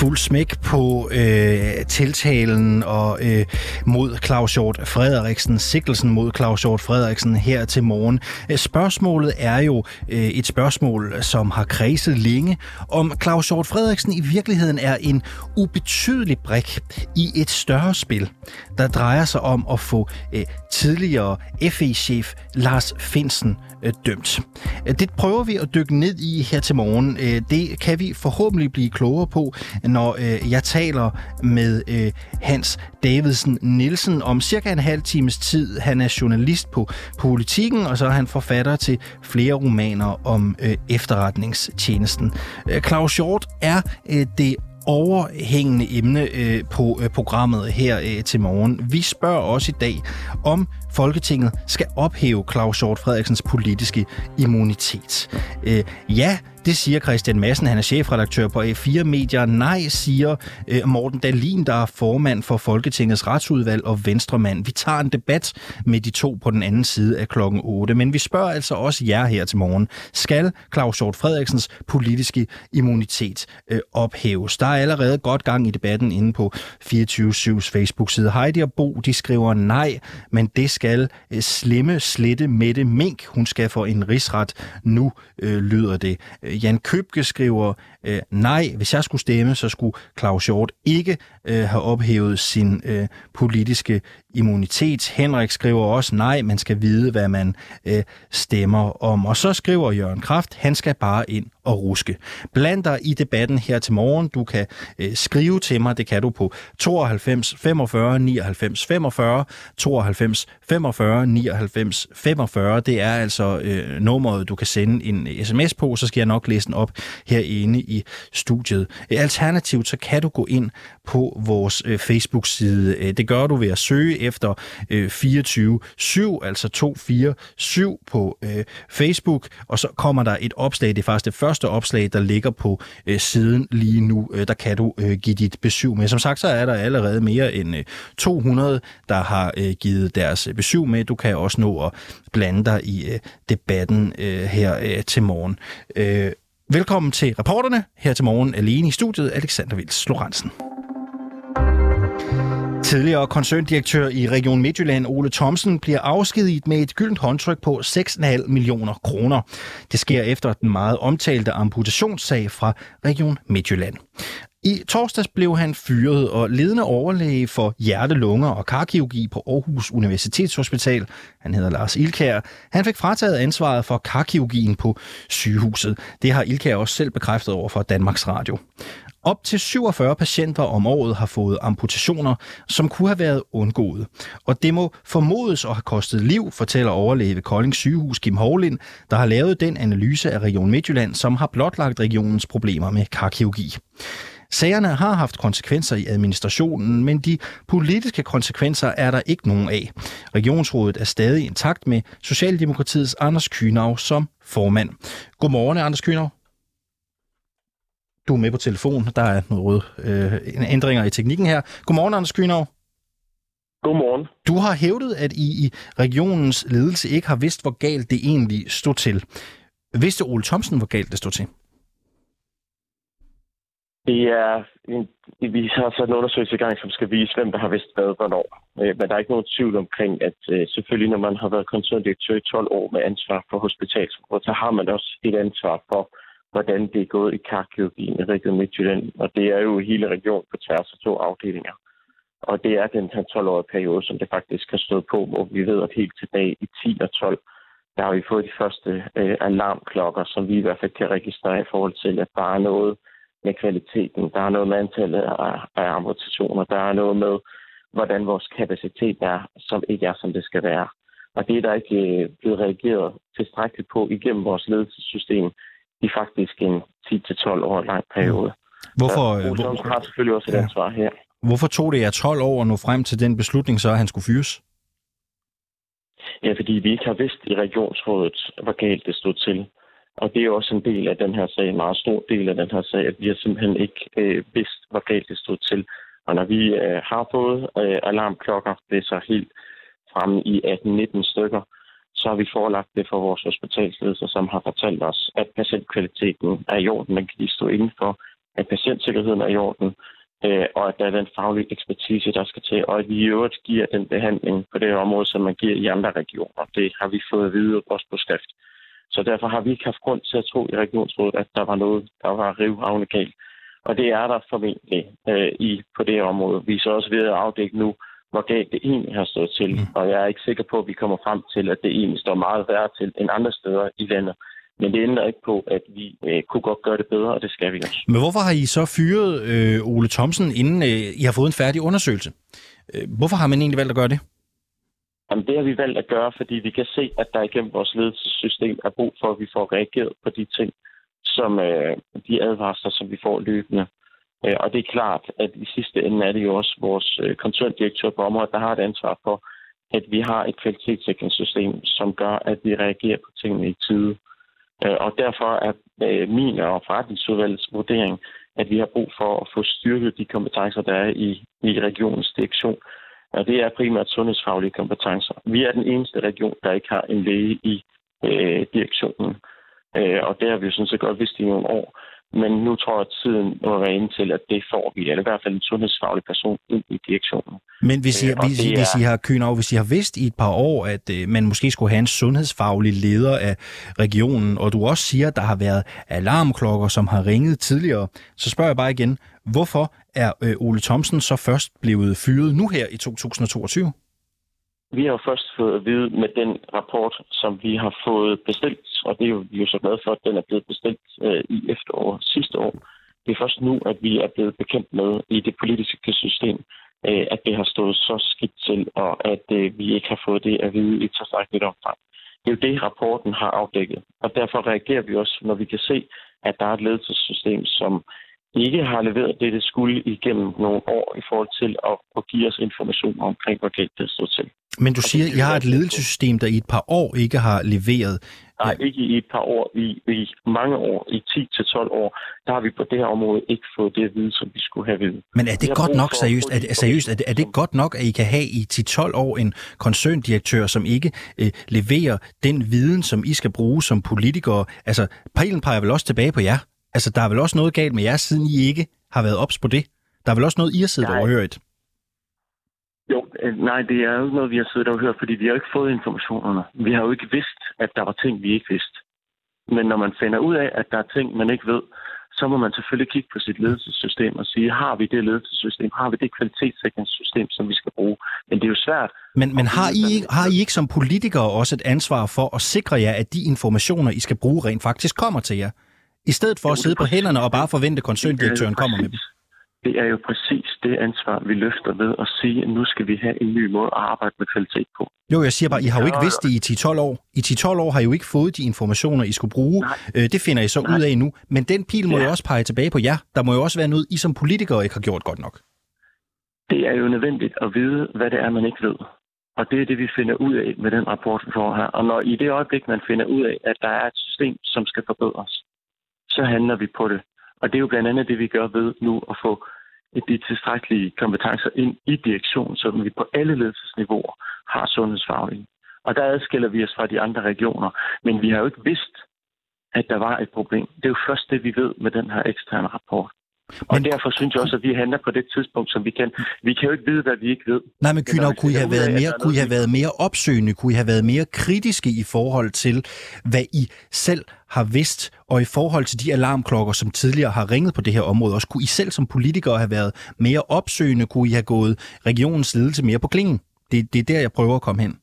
Fuld smæk på tiltalen og mod Claus Hjort Frederiksen, sigtelsen mod Claus Hjort Frederiksen her til morgen. Spørgsmålet er jo et spørgsmål, som har kredset længe, om Claus Hjort Frederiksen i virkeligheden er en ubetydelig brik i et større spil, der drejer sig om at få tidligere FE-chef Lars Findsen dømt. Det prøver vi at dykke ned i her til morgen. Det kan vi forhåbentlig blive klogere på, når jeg taler med Hans Davidsen Nielsen om cirka en halv times tid. Han er journalist på Politiken, og så er han forfatter til flere romaner om efterretningstjenesten. Claus Hjort er det overhængende emne på programmet her til morgen. Vi spørger også i dag, om Folketinget skal ophæve Claus Hjort Frederiksens politiske immunitet. Ja, det siger Christian Madsen, han er chefredaktør på A4 Medier. Nej, siger Morten Dahlin, der er formand for Folketingets retsudvalg og venstremand. Vi tager en debat med de to på den anden side af klokken 8. Men vi spørger altså også jer her til morgen. Skal Claus Hjort Frederiksens politiske immunitet ophæves? Der er allerede godt gang i debatten inde på 24/7's Facebook-side. Heidi og Bo, de skriver nej, men det skal slette Mette Mink. Hun skal for en rigsret. Nu lyder det. Jan Købke skriver, nej, hvis jeg skulle stemme, så skulle Claus Hjort ikke have ophævet sin politiske immunitet. Henrik skriver også, nej, man skal vide, hvad man stemmer om. Og så skriver Jørgen Kraft, han skal bare ind og ruske. Bland dig i debatten her til morgen. Du kan skrive til mig, det kan du på 92 45 99 45, 92 45 99 45. Det er altså nummeret, du kan sende en sms på, så skal jeg nok læse den op herinde i studiet. Alternativt, så kan du gå ind på vores Facebook-side. Det gør du ved at søge efter 24/7, altså 247 på Facebook, og så kommer der et opslag. Det er faktisk det første opslag, der ligger på siden lige nu. Der kan du give dit besøg med. Som sagt, så er der allerede mere end 200, der har givet deres besøg med. Du kan også nå at blande dig i debatten her til morgen. Velkommen til reporterne her til morgen. Alene i studiet, Alexander Vils Lorentzen. Tidligere koncerndirektør i Region Midtjylland, Ole Thomsen, bliver afskediget med et gyldent håndtryk på 6,5 millioner kroner. Det sker efter den meget omtalte amputationssag fra Region Midtjylland. I torsdags blev han fyret, og ledende overlæge for hjerte, lunger og karkirurgi på Aarhus Universitetshospital, han hedder Lars Ilkjær, han fik frataget ansvaret for karkirurgien på sygehuset. Det har Ilkjær også selv bekræftet over for Danmarks Radio. Op til 47 patienter om året har fået amputationer, som kunne have været undgået. Og det må formodes at have kostet liv, fortæller overlæge ved Kolding Sygehus Kim Hovlind, der har lavet den analyse af Region Midtjylland, som har blotlagt regionens problemer med karkirurgi. Sagerne har haft konsekvenser i administrationen, men de politiske konsekvenser er der ikke nogen af. Regionsrådet er stadig intakt med Socialdemokratiets Anders Kühnau som formand. Godmorgen, Anders Kühnau. Du er med på telefon. Der er noget ændringer i teknikken her. Godmorgen, Anders Kühnau. Godmorgen. Du har hævdet, at I regionens ledelse ikke har vidst, hvor galt det egentlig stod til. Vidste Ole Thomsen, hvor galt det stod til? Vi har sat en undersøgelse i gang, som skal vise, hvem der har vidst hvad, hvornår. Men der er ikke nogen tvivl omkring, at selvfølgelig, når man har været koncerndirektør i 12 år med ansvar for hospitalsområdet, så har man også et ansvar for, hvordan det er gået i karkirurgien i Region Midtjylland. Og det er jo hele regionen på tværs af 2 afdelinger. Og det er den her 12-årige periode, som det faktisk har stået på, hvor vi ved, at helt tilbage i 10 og 12, der har vi fået de første alarmklokker, som vi i hvert fald kan registrere i forhold til, at der er noget med kvaliteten, der er noget med antallet af amputationer, der er noget med, hvordan vores kapacitet er, som ikke er, som det skal være. Og det er der ikke blevet reageret tilstrækkeligt på igennem vores ledelsessystem i faktisk en 10-12 år lang periode. Hvorfor har selvfølgelig også et ansvar her. Hvorfor tog det jer 12 år at nå frem til den beslutning, så han skulle fyres? Ja, fordi vi ikke har vidst i regionsrådet, hvor galt det stod til. Og det er også en del af den her sag, en meget stor del af den her sag, at vi har simpelthen ikke vidst, hvor galt det stod til. Og når vi har fået alarmklokker, det er så helt fremme i 18-19 stykker, så har vi forelagt det for vores hospitalsledelse, som har fortalt os, at patientkvaliteten er i orden, man kan lige stå inden for at patientsikkerheden er i orden, og at der er den faglige ekspertise, der skal til, og at vi i øvrigt giver den behandling på det her område, som man giver i andre regioner. Det har vi fået at vide også på skrift. Så derfor har vi ikke haft grund til at tro i regionsrådet, at der var noget, der var rivravne galt. Og det er der formentlig på det her område. Vi er så også ved at afdække nu, hvor galt det egentlig har stået til. Og jeg er ikke sikker på, at vi kommer frem til, at det egentlig står meget værre til end andre steder i landet. Men det ændrer ikke på, at vi kunne godt gøre det bedre, og det skal vi også. Men hvorfor har I så fyret Ole Thomsen, inden I har fået en færdig undersøgelse? Hvorfor har man egentlig valgt at gøre det? Jamen, det har vi valgt at gøre, fordi vi kan se, at der igennem vores ledelsessystem er brug for, at vi får reageret på de ting, som de advarsler, som vi får løbende. Og det er klart, at i sidste ende er det jo også vores koncerndirektør på området, der har et ansvar for, at vi har et kvalitetssikringssystem, som gør, at vi reagerer på tingene i tide. Og derfor er min og forretningsudvalgets vurdering, at vi har brug for at få styrket de kompetencer, der er i regionens direktion. Og det er primært sundhedsfaglige kompetencer. Vi er den eneste region, der ikke har en læge i direktionen. Og det har vi jo sådan set godt vidst i nogle år. Men nu tror jeg, at tiden må være inde til, at det får vi, eller i hvert fald en sundhedsfaglig person ind i direktionen. Men hvis I har vidst i et par år, at man måske skulle have en sundhedsfaglig leder af regionen, og du også siger, at der har været alarmklokker, som har ringet tidligere, så spørger jeg bare igen, hvorfor er Ole Thomsen så først blevet fyret nu her i 2022? Vi har jo først fået at vide med den rapport, som vi har fået bestilt, og det er jo, vi er jo så glade for, at den er blevet bestilt i efteråret sidste år. Det er først nu, at vi er blevet bekendt med i det politiske system, at det har stået så skidt til, og at vi ikke har fået det at vide i tilstrækkeligt omfang. Det er jo det, rapporten har afdækket, og derfor reagerer vi også, når vi kan se, at der er et ledelsessystem, som ikke har leveret det skulle igennem nogle år i forhold til at give os information omkring, hvor galt det stod til. Men du siger, at I har et ledelsessystem, der i et par år ikke har leveret. Nej, ikke i et par år. I mange år, i 10-12 år, der har vi på det her område ikke fået det at vide, som vi skulle have vide. Men er det godt nok seriøst? Er det godt nok, at I kan have i 10-12 år en koncerndirektør, som ikke leverer den viden, som I skal bruge som politikere? Altså, pejlen peger vel også tilbage på jer? Altså, der er vel også noget galt med jer, siden I ikke har været ops på det? Der er vel også noget, I har siddet overhørt? Jo, nej, det er jo ikke noget, vi har siddet og hørt, fordi vi har ikke fået informationerne. Vi har jo ikke vidst, at der var ting, vi ikke vidste. Men når man finder ud af, at der er ting, man ikke ved, så må man selvfølgelig kigge på sit ledelsessystem og sige, har vi det ledelsessystem, har vi det kvalitetssikringssystem, som vi skal bruge? Men det er jo svært. Men har I ikke som politikere også et ansvar for at sikre jer, at de informationer, I skal bruge, rent faktisk kommer til jer? I stedet for at sidde på hænderne og bare forvente, at koncerndirektøren kommer med dem. Det er jo præcis det ansvar, vi løfter ved at sige, at nu skal vi have en ny måde at arbejde med kvalitet på. Jo, jeg siger bare, I har jo ikke vidst det i 10-12 år. I 10-12 år har I jo ikke fået de informationer, I skulle bruge. Det finder I så ud af nu. Men den pil må jo også pege tilbage på jer. Der må jo også være noget, I som politikere ikke har gjort godt nok. Det er jo nødvendigt at vide, hvad det er, man ikke ved. Og det er det, vi finder ud af med den rapport, vi får her. Og når i det øjeblik, man finder ud af, at der er et system, som skal forbedres, så handler vi på det. Og det er jo blandt andet det, vi gør ved nu at få de tilstrækkelige kompetencer ind i direktionen, så vi på alle ledelsesniveauer har sundhedsfaglige. Og der adskiller vi os fra de andre regioner. Men vi har jo ikke vidst, at der var et problem. Det er jo først det, vi ved med den her eksterne rapport. Og derfor synes jeg også, at vi handler på det tidspunkt, som vi kan. Vi kan jo ikke vide, hvad vi ikke ved. Nej, men Kühnau, kunne I have været mere opsøgende? Kunne I have været mere kritiske i forhold til, hvad I selv har vidst, og i forhold til de alarmklokker, som tidligere har ringet på det her område? Også kunne I selv som politikere have været mere opsøgende? Kunne I have gået regionens ledelse mere på klingen? Det er der, jeg prøver at komme hen.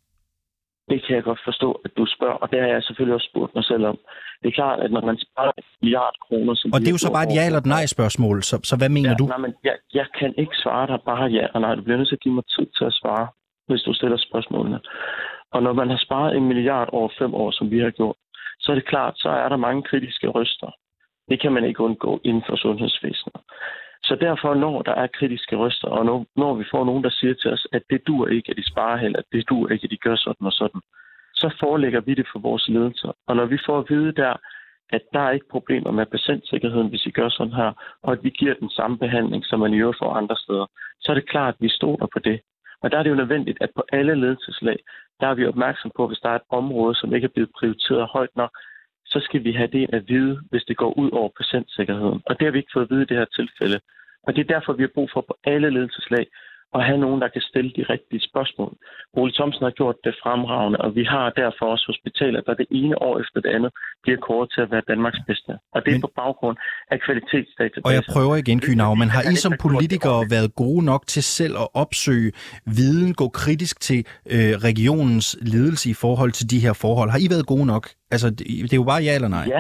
Det kan jeg godt forstå, at du spørger, og det har jeg selvfølgelig også spurgt mig selv om. Det er klart, at når man sparer 1 milliard kroner... Og det er jo så bare et ja- eller et nej-spørgsmål, så hvad mener du? Nej, men jeg kan ikke svare dig bare ja og nej. Du bliver nødt til at give mig tid til at svare, hvis du stiller spørgsmålene. Og når man har sparet 1 milliard over 5 år, som vi har gjort, så er det klart, så er der mange kritiske røster. Det kan man ikke undgå inden for sundhedsvæsenet. Så derfor, når der er kritiske røster, og når vi får nogen, der siger til os, at det dur ikke, at de sparer heller, at det dur ikke, at de gør sådan og sådan, så forelægger vi det for vores ledelser. Og når vi får at vide der, at der er ikke problemer med patientsikkerheden, hvis I gør sådan her, og at vi giver den samme behandling, som man i øvrigt får andre steder, så er det klart, at vi stoler på det. Og der er det jo nødvendigt, at på alle ledelseslag, der er vi opmærksom på, hvis der er et område, som ikke er blevet prioriteret højt nok, så skal vi have det at vide, hvis det går ud over patientsikkerheden. Og det har vi ikke fået at vide i det her tilfælde. Og det er derfor, vi har brug for på alle ledelseslag at have nogen, der kan stille de rigtige spørgsmål. Ole Thomsen har gjort det fremragende, og vi har derfor også hospitaler, der det ene år efter det andet bliver kåret til at være Danmarks bedste. Og det er på baggrund af kvalitetsdata. Og jeg prøver igen, Kynav, men har I som politikere været gode nok til selv at opsøge viden, gå kritisk til regionens ledelse i forhold til de her forhold? Har I været gode nok? Altså, det er jo bare ja eller nej.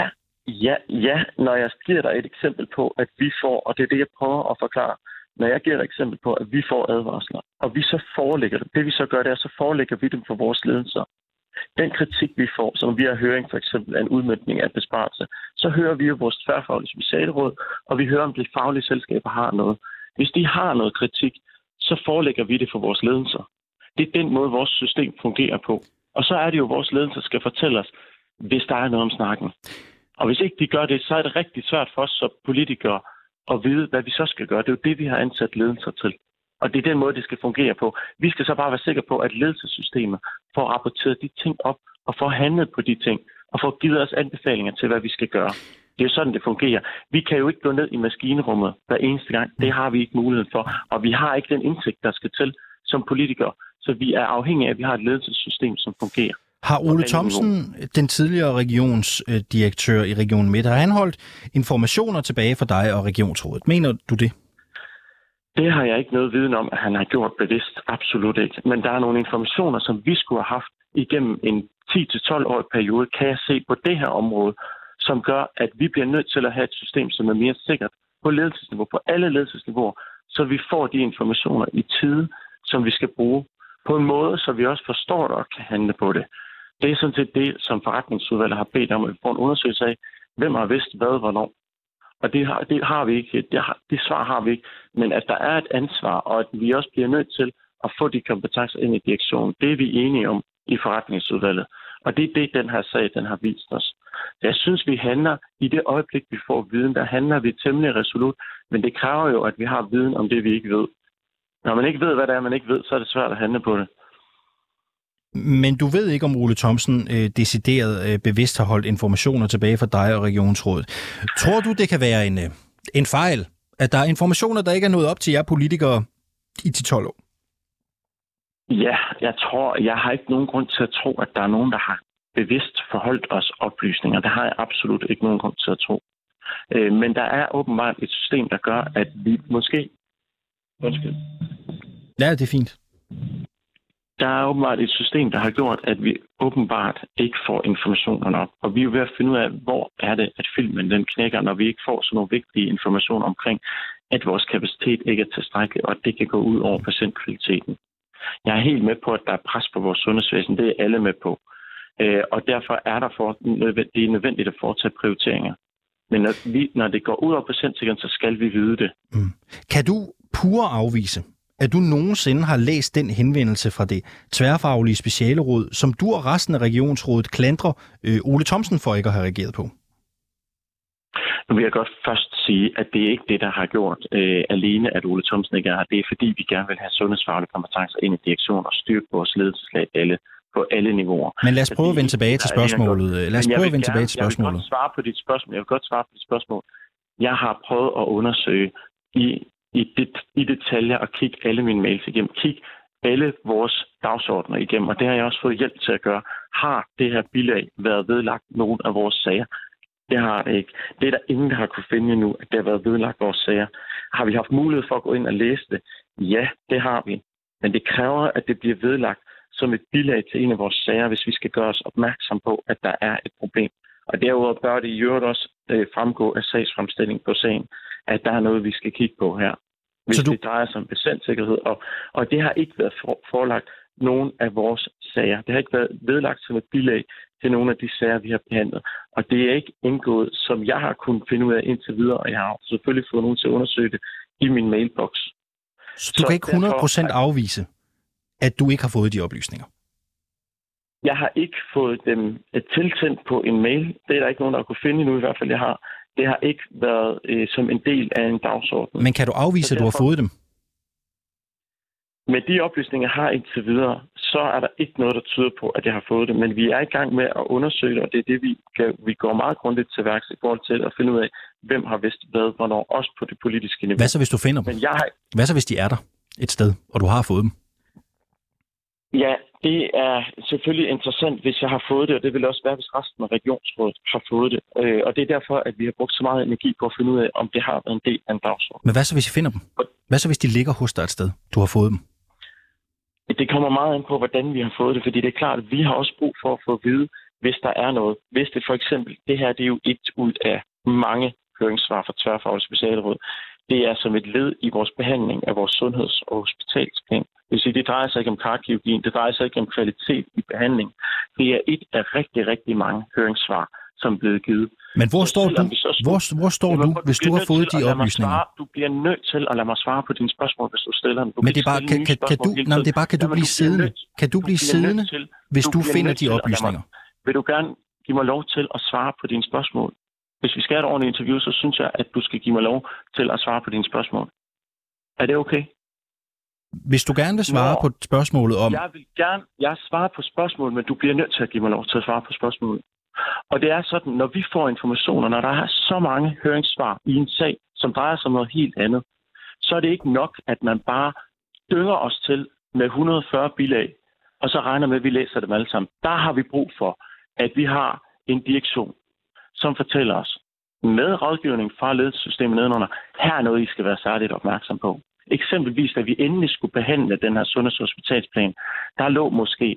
Ja, når jeg giver dig et eksempel på, at vi får, og det er det, jeg prøver at forklare, når jeg giver et eksempel på, at vi får advarsler, og vi så forelægger det vi så gør, det er, så forelægger vi dem for vores ledelser. Den kritik, vi får, som vi har høring for eksempel af en udmøntning af besparelse, så hører vi jo vores tværfaglige specialråd, og vi hører, om de faglige selskaber har noget. Hvis de har noget kritik, så forelægger vi det for vores ledelser. Det er den måde, vores system fungerer på. Og så er det jo, vores ledelser skal fortælle os, hvis der er noget om snakken. Og hvis ikke de gør det, så er det rigtig svært for os som politikere at vide, hvad vi så skal gøre. Det er jo det, vi har ansat ledelser til. Og det er den måde, det skal fungere på. Vi skal så bare være sikre på, at ledelsessystemet får rapporteret de ting op, og får handlet på de ting, og får givet os anbefalinger til, hvad vi skal gøre. Det er jo sådan, det fungerer. Vi kan jo ikke gå ned i maskinerummet hver eneste gang. Det har vi ikke mulighed for. Og vi har ikke den indsigt, der skal til som politikere. Så vi er afhængige af, at vi har et ledelsessystem, som fungerer. Har Ole Thomsen, den tidligere regionsdirektør i Region Midt, har han holdt informationer tilbage fra dig og regionsrådet? Mener du det? Det har jeg ikke noget viden om, at han har gjort bevidst. Absolut ikke. Men der er nogle informationer, som vi skulle have haft igennem en 10-12-årig periode, kan jeg se på det her område, som gør, at vi bliver nødt til at have et system, som er mere sikkert på ledelsesniveau, på alle ledelsesniveauer, så vi får de informationer i tide, som vi skal bruge på en måde, så vi også forstår det og kan handle på det. Det er sådan set det, som forretningsudvalget har bedt om, at vi får en undersøgelse af, hvem har vidst hvad, hvornår. Og det har vi ikke. Det svar har vi ikke. Men at der er et ansvar, og at vi også bliver nødt til at få de kompetencer ind i direktionen, det er vi enige om i forretningsudvalget. Og det er det, den her sag, den har vist os. Jeg synes, vi handler i det øjeblik, vi får viden, der handler vi temmelig resolut, men det kræver jo, at vi har viden om det, vi ikke ved. Når man ikke ved, hvad det er, man ikke ved, så er det svært at handle på det. Men du ved ikke, om Ole Thomsen decideret bevidst har holdt informationer tilbage fra dig og regionsrådet. Tror du, det kan være en fejl, at der er informationer, der ikke er nået op til jer politikere i 10-12 år? Ja, jeg har ikke nogen grund til at tro, at der er nogen, der har bevidst forholdt os oplysninger. Det har jeg absolut ikke nogen grund til at tro. Men der er åbenbart et system, der gør, at vi måske... Undskyld. Ja, det er fint. Der er åbenbart et system, der har gjort, at vi åbenbart ikke får informationerne op. Og vi er jo ved at finde ud af, hvor er det, at filmen den knækker, når vi ikke får sådan nogle vigtige informationer omkring, at vores kapacitet ikke er tilstrækkelig, og at det kan gå ud over patientkvaliteten. Jeg er helt med på, at der er pres på vores sundhedsvæsen. Det er alle med på. Og derfor er det er nødvendigt at foretage prioriteringer. Men når det går ud over patientsikkerheden, så skal vi vide det. Mm. Kan du pure afvise, at du nogensinde har læst den henvendelse fra det tværfaglige specialeråd, som du og resten af regionsrådet klandrer Ole Thomsen for ikke at have reageret på? Nu vil jeg godt først sige, at det er ikke det, der har gjort alene, at Ole Thomsen ikke er her. Det er fordi, vi gerne vil have sundhedsfaglige kompetencer ind i direktionen og styrke vores ledelseslag på alle niveauer. Men lad os prøve at vende tilbage til spørgsmålet. Jeg vil godt svare på dit spørgsmål. Jeg har prøvet at undersøge i detaljer og kigge alle mine mails igennem. Kigge alle vores dagsordner igennem, og det har jeg også fået hjælp til at gøre. Har det her bilag været vedlagt nogle af vores sager? Det har det ikke. Det er der ingen, der har kunne finde endnu, at det har været vedlagt vores sager. Har vi haft mulighed for at gå ind og læse det? Ja, det har vi. Men det kræver, at det bliver vedlagt som et bilag til en af vores sager, hvis vi skal gøre os opmærksom på, at der er et problem. Og derudover bør det i øvrigt også fremgå af sagsfremstilling på sagen, at der er noget, vi skal kigge på her. Hvis det drejer sig om patientsikkerhed. Og det har ikke været forelagt nogen af vores sager. Det har ikke været vedlagt som et bilag til nogle af de sager, vi har behandlet. Og det er ikke indgået, som jeg har kunnet finde ud af indtil videre, og jeg har selvfølgelig fået nogen til at undersøge det i min mailbox. Så du kan ikke 100% afvise, at du ikke har fået de oplysninger? Jeg har ikke fået dem tilsendt på en mail. Det er der ikke nogen, der kunne finde endnu, i hvert fald jeg har. Det har ikke været som en del af en dagsorden. Men kan du afvise, at du har fået dem? Med de oplysninger, jeg har indtil videre, så er der ikke noget, der tyder på, at jeg har fået det. Men vi er i gang med at undersøge det, og det er det, vi går meget grundigt til værks i forhold til at finde ud af, hvem har vidst hvad, hvornår, også på det politiske niveau. Hvad så, hvis du finder dem? Hvad så, hvis de er der et sted, og du har fået dem? Ja, det er selvfølgelig interessant, hvis jeg har fået det, og det vil også være, hvis resten af regionsrådet har fået det. Og det er derfor, at vi har brugt så meget energi på at finde ud af, om det har været en del af en dagsorden. Men hvad så, hvis I finder dem? Hvad så, hvis de ligger hos dig et sted, du har fået dem? Det kommer meget an på, hvordan vi har fået det, fordi det er klart, at vi har også brug for at få at vide, hvis der er noget. Hvis det for eksempel, det her det er jo et ud af mange høringssvar fra tværfaglige specialråd. Det er som et led i vores behandling af vores sundheds- og hospitalsplan. Det vil sige, det drejer sig ikke om kardiologien, det drejer sig ikke om kvalitet i behandling. Det er et af rigtig, rigtig mange høringssvar, som er blevet givet. Men hvor står du, hvis du har fået de oplysninger? Du bliver nødt til at lade mig svare på dine spørgsmål, hvis du stiller dem. Men det er bare, kan du blive siddende? Kan du blive siddende, hvis du finder de oplysninger? Vil du gerne give mig lov til at svare på dine spørgsmål? Hvis vi skal have et ordentligt interview, så synes jeg, at du skal give mig lov til at svare på dine spørgsmål. Er det okay? Hvis du gerne vil svare på spørgsmålet om... Jeg svarer på spørgsmålet, men du bliver nødt til at give mig lov til at svare på spørgsmålet. Og det er sådan, når vi får informationer, når der er så mange høringssvar i en sag, som drejer sig om noget helt andet, så er det ikke nok, at man bare dynger os til med 140 bilag, og så regner med, at vi læser dem alle sammen. Der har vi brug for, at vi har en direktion, som fortæller os med rådgivning fra ledelsessystemet nedenunder, her er noget, I skal være særligt opmærksom på. Eksempelvis, da vi endelig skulle behandle den her sundheds- og hospitalsplan, der lå måske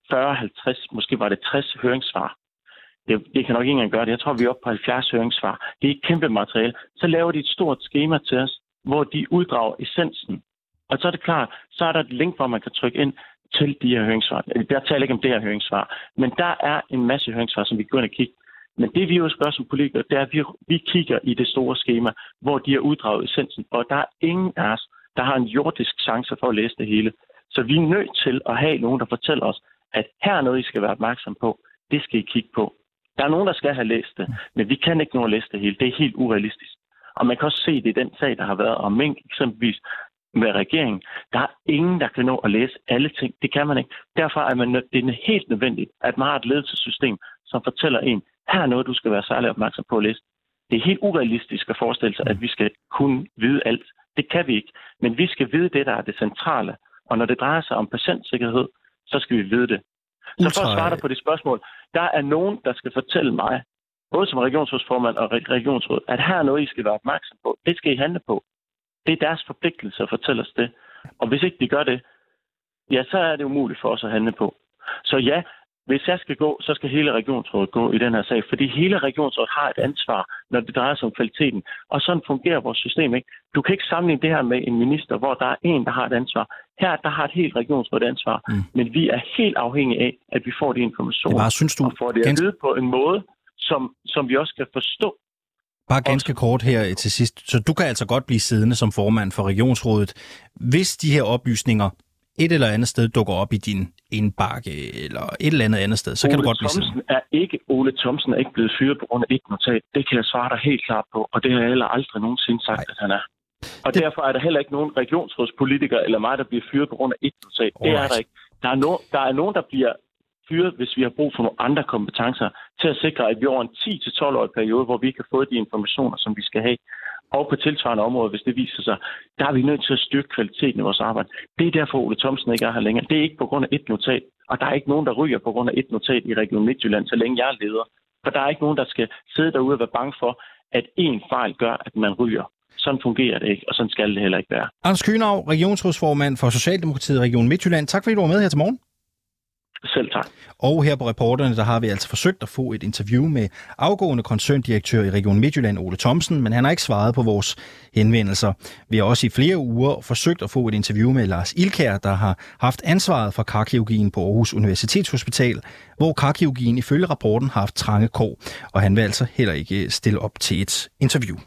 40-50, måske var det 60 høringssvar. Det kan nok ikke engang gøre det. Jeg tror, vi er oppe på 70 høringssvar. Det er et kæmpe materiale. Så laver de et stort skema til os, hvor de uddrager essensen. Og så er det klart, så er der et link, hvor man kan trykke ind til de her høringssvar. Jeg taler ikke om det her høringssvar, men der er en masse høringssvar, som vi går ind og kigger. Men det vi jo gør som politikere, det er, at vi kigger i det store skema, hvor de har uddraget essensen, og der er ingen af os, der har en jordisk chance for at læse det hele. Så vi er nødt til at have nogen, der fortæller os, at her er noget, I skal være opmærksom på. Det skal I kigge på. Der er nogen, der skal have læst det, men vi kan ikke nå at læse det hele. Det er helt urealistisk. Og man kan også se det i den sag, der har været om mink, eksempelvis med regeringen. Der er ingen, der kan nå at læse alle ting. Det kan man ikke. Derfor er det er helt nødvendigt, at man har et ledelsessystem, som fortæller en, her er noget, du skal være særlig opmærksom på at læse. Det er helt urealistisk at forestille sig, at vi skal kunne vide alt. Det kan vi ikke. Men vi skal vide det, der er det centrale. Og når det drejer sig om patientsikkerhed, så skal vi vide det. Så for at svare dig på det spørgsmål, der er nogen, der skal fortælle mig, både som regionsrådsformand og regionsråd, at her er noget, I skal være opmærksom på. Det skal I handle på. Det er deres forpligtelse at fortælle os det. Og hvis ikke de gør det, ja, så er det umuligt for os at handle på. Så ja, hvis jeg skal gå, så skal hele regionsrådet gå i den her sag, fordi hele regionsrådet har et ansvar, når det drejer sig om kvaliteten. Og sådan fungerer vores system ikke. Du kan ikke sammenligne det her med en minister, hvor der er en, der har et ansvar. Her, der har et helt regionsråd et ansvar. Men vi er helt afhængige af, at vi får de informationer. Og får det at vide på en måde, som vi også kan forstå. Bare ganske kort her til sidst. Så du kan altså godt blive siddende som formand for regionsrådet, hvis de her oplysninger et eller andet sted dukker op i din indbakke eller et eller andet sted, så kan du godt blive siddende. Ole Thomsen er ikke blevet fyret på grund af et notat. Det kan jeg svare dig helt klart på, og det har jeg heller aldrig nogensinde sagt, at han er. Og derfor er der heller ikke nogen regionsrådspolitiker eller mig, der bliver fyret på grund af et notat. Det er der ikke. Der er nogen, der bliver fyret, hvis vi har brug for nogle andre kompetencer til at sikre, at vi over en 10-12-årig periode, hvor vi kan få de informationer, som vi skal have, og på tilsvarende område, hvis det viser sig, der er vi nødt til at styrke kvaliteten i vores arbejde. Det er derfor, Ole Thomsen ikke er her længere. Det er ikke på grund af et notat, og der er ikke nogen, der ryger på grund af et notat i Region Midtjylland, så længe jeg er leder. For der er ikke nogen, der skal sidde derude og være bange for, at én fejl gør, at man ryger. Sådan fungerer det ikke, og sådan skal det heller ikke være. Anders Kühnau, regionsrådsformand for Socialdemokratiet i Region Midtjylland. Tak fordi du var med her til morgen. Selv tak. Og her på Reporterne, der har vi altså forsøgt at få et interview med afgående koncerndirektør i Region Midtjylland, Ole Thomsen, men han har ikke svaret på vores henvendelser. Vi har også i flere uger forsøgt at få et interview med Lars Ilkær, der har haft ansvaret for karkirurgien på Aarhus Universitetshospital, hvor karkirurgien ifølge rapporten har haft trange kår, og han vil altså heller ikke stille op til et interview.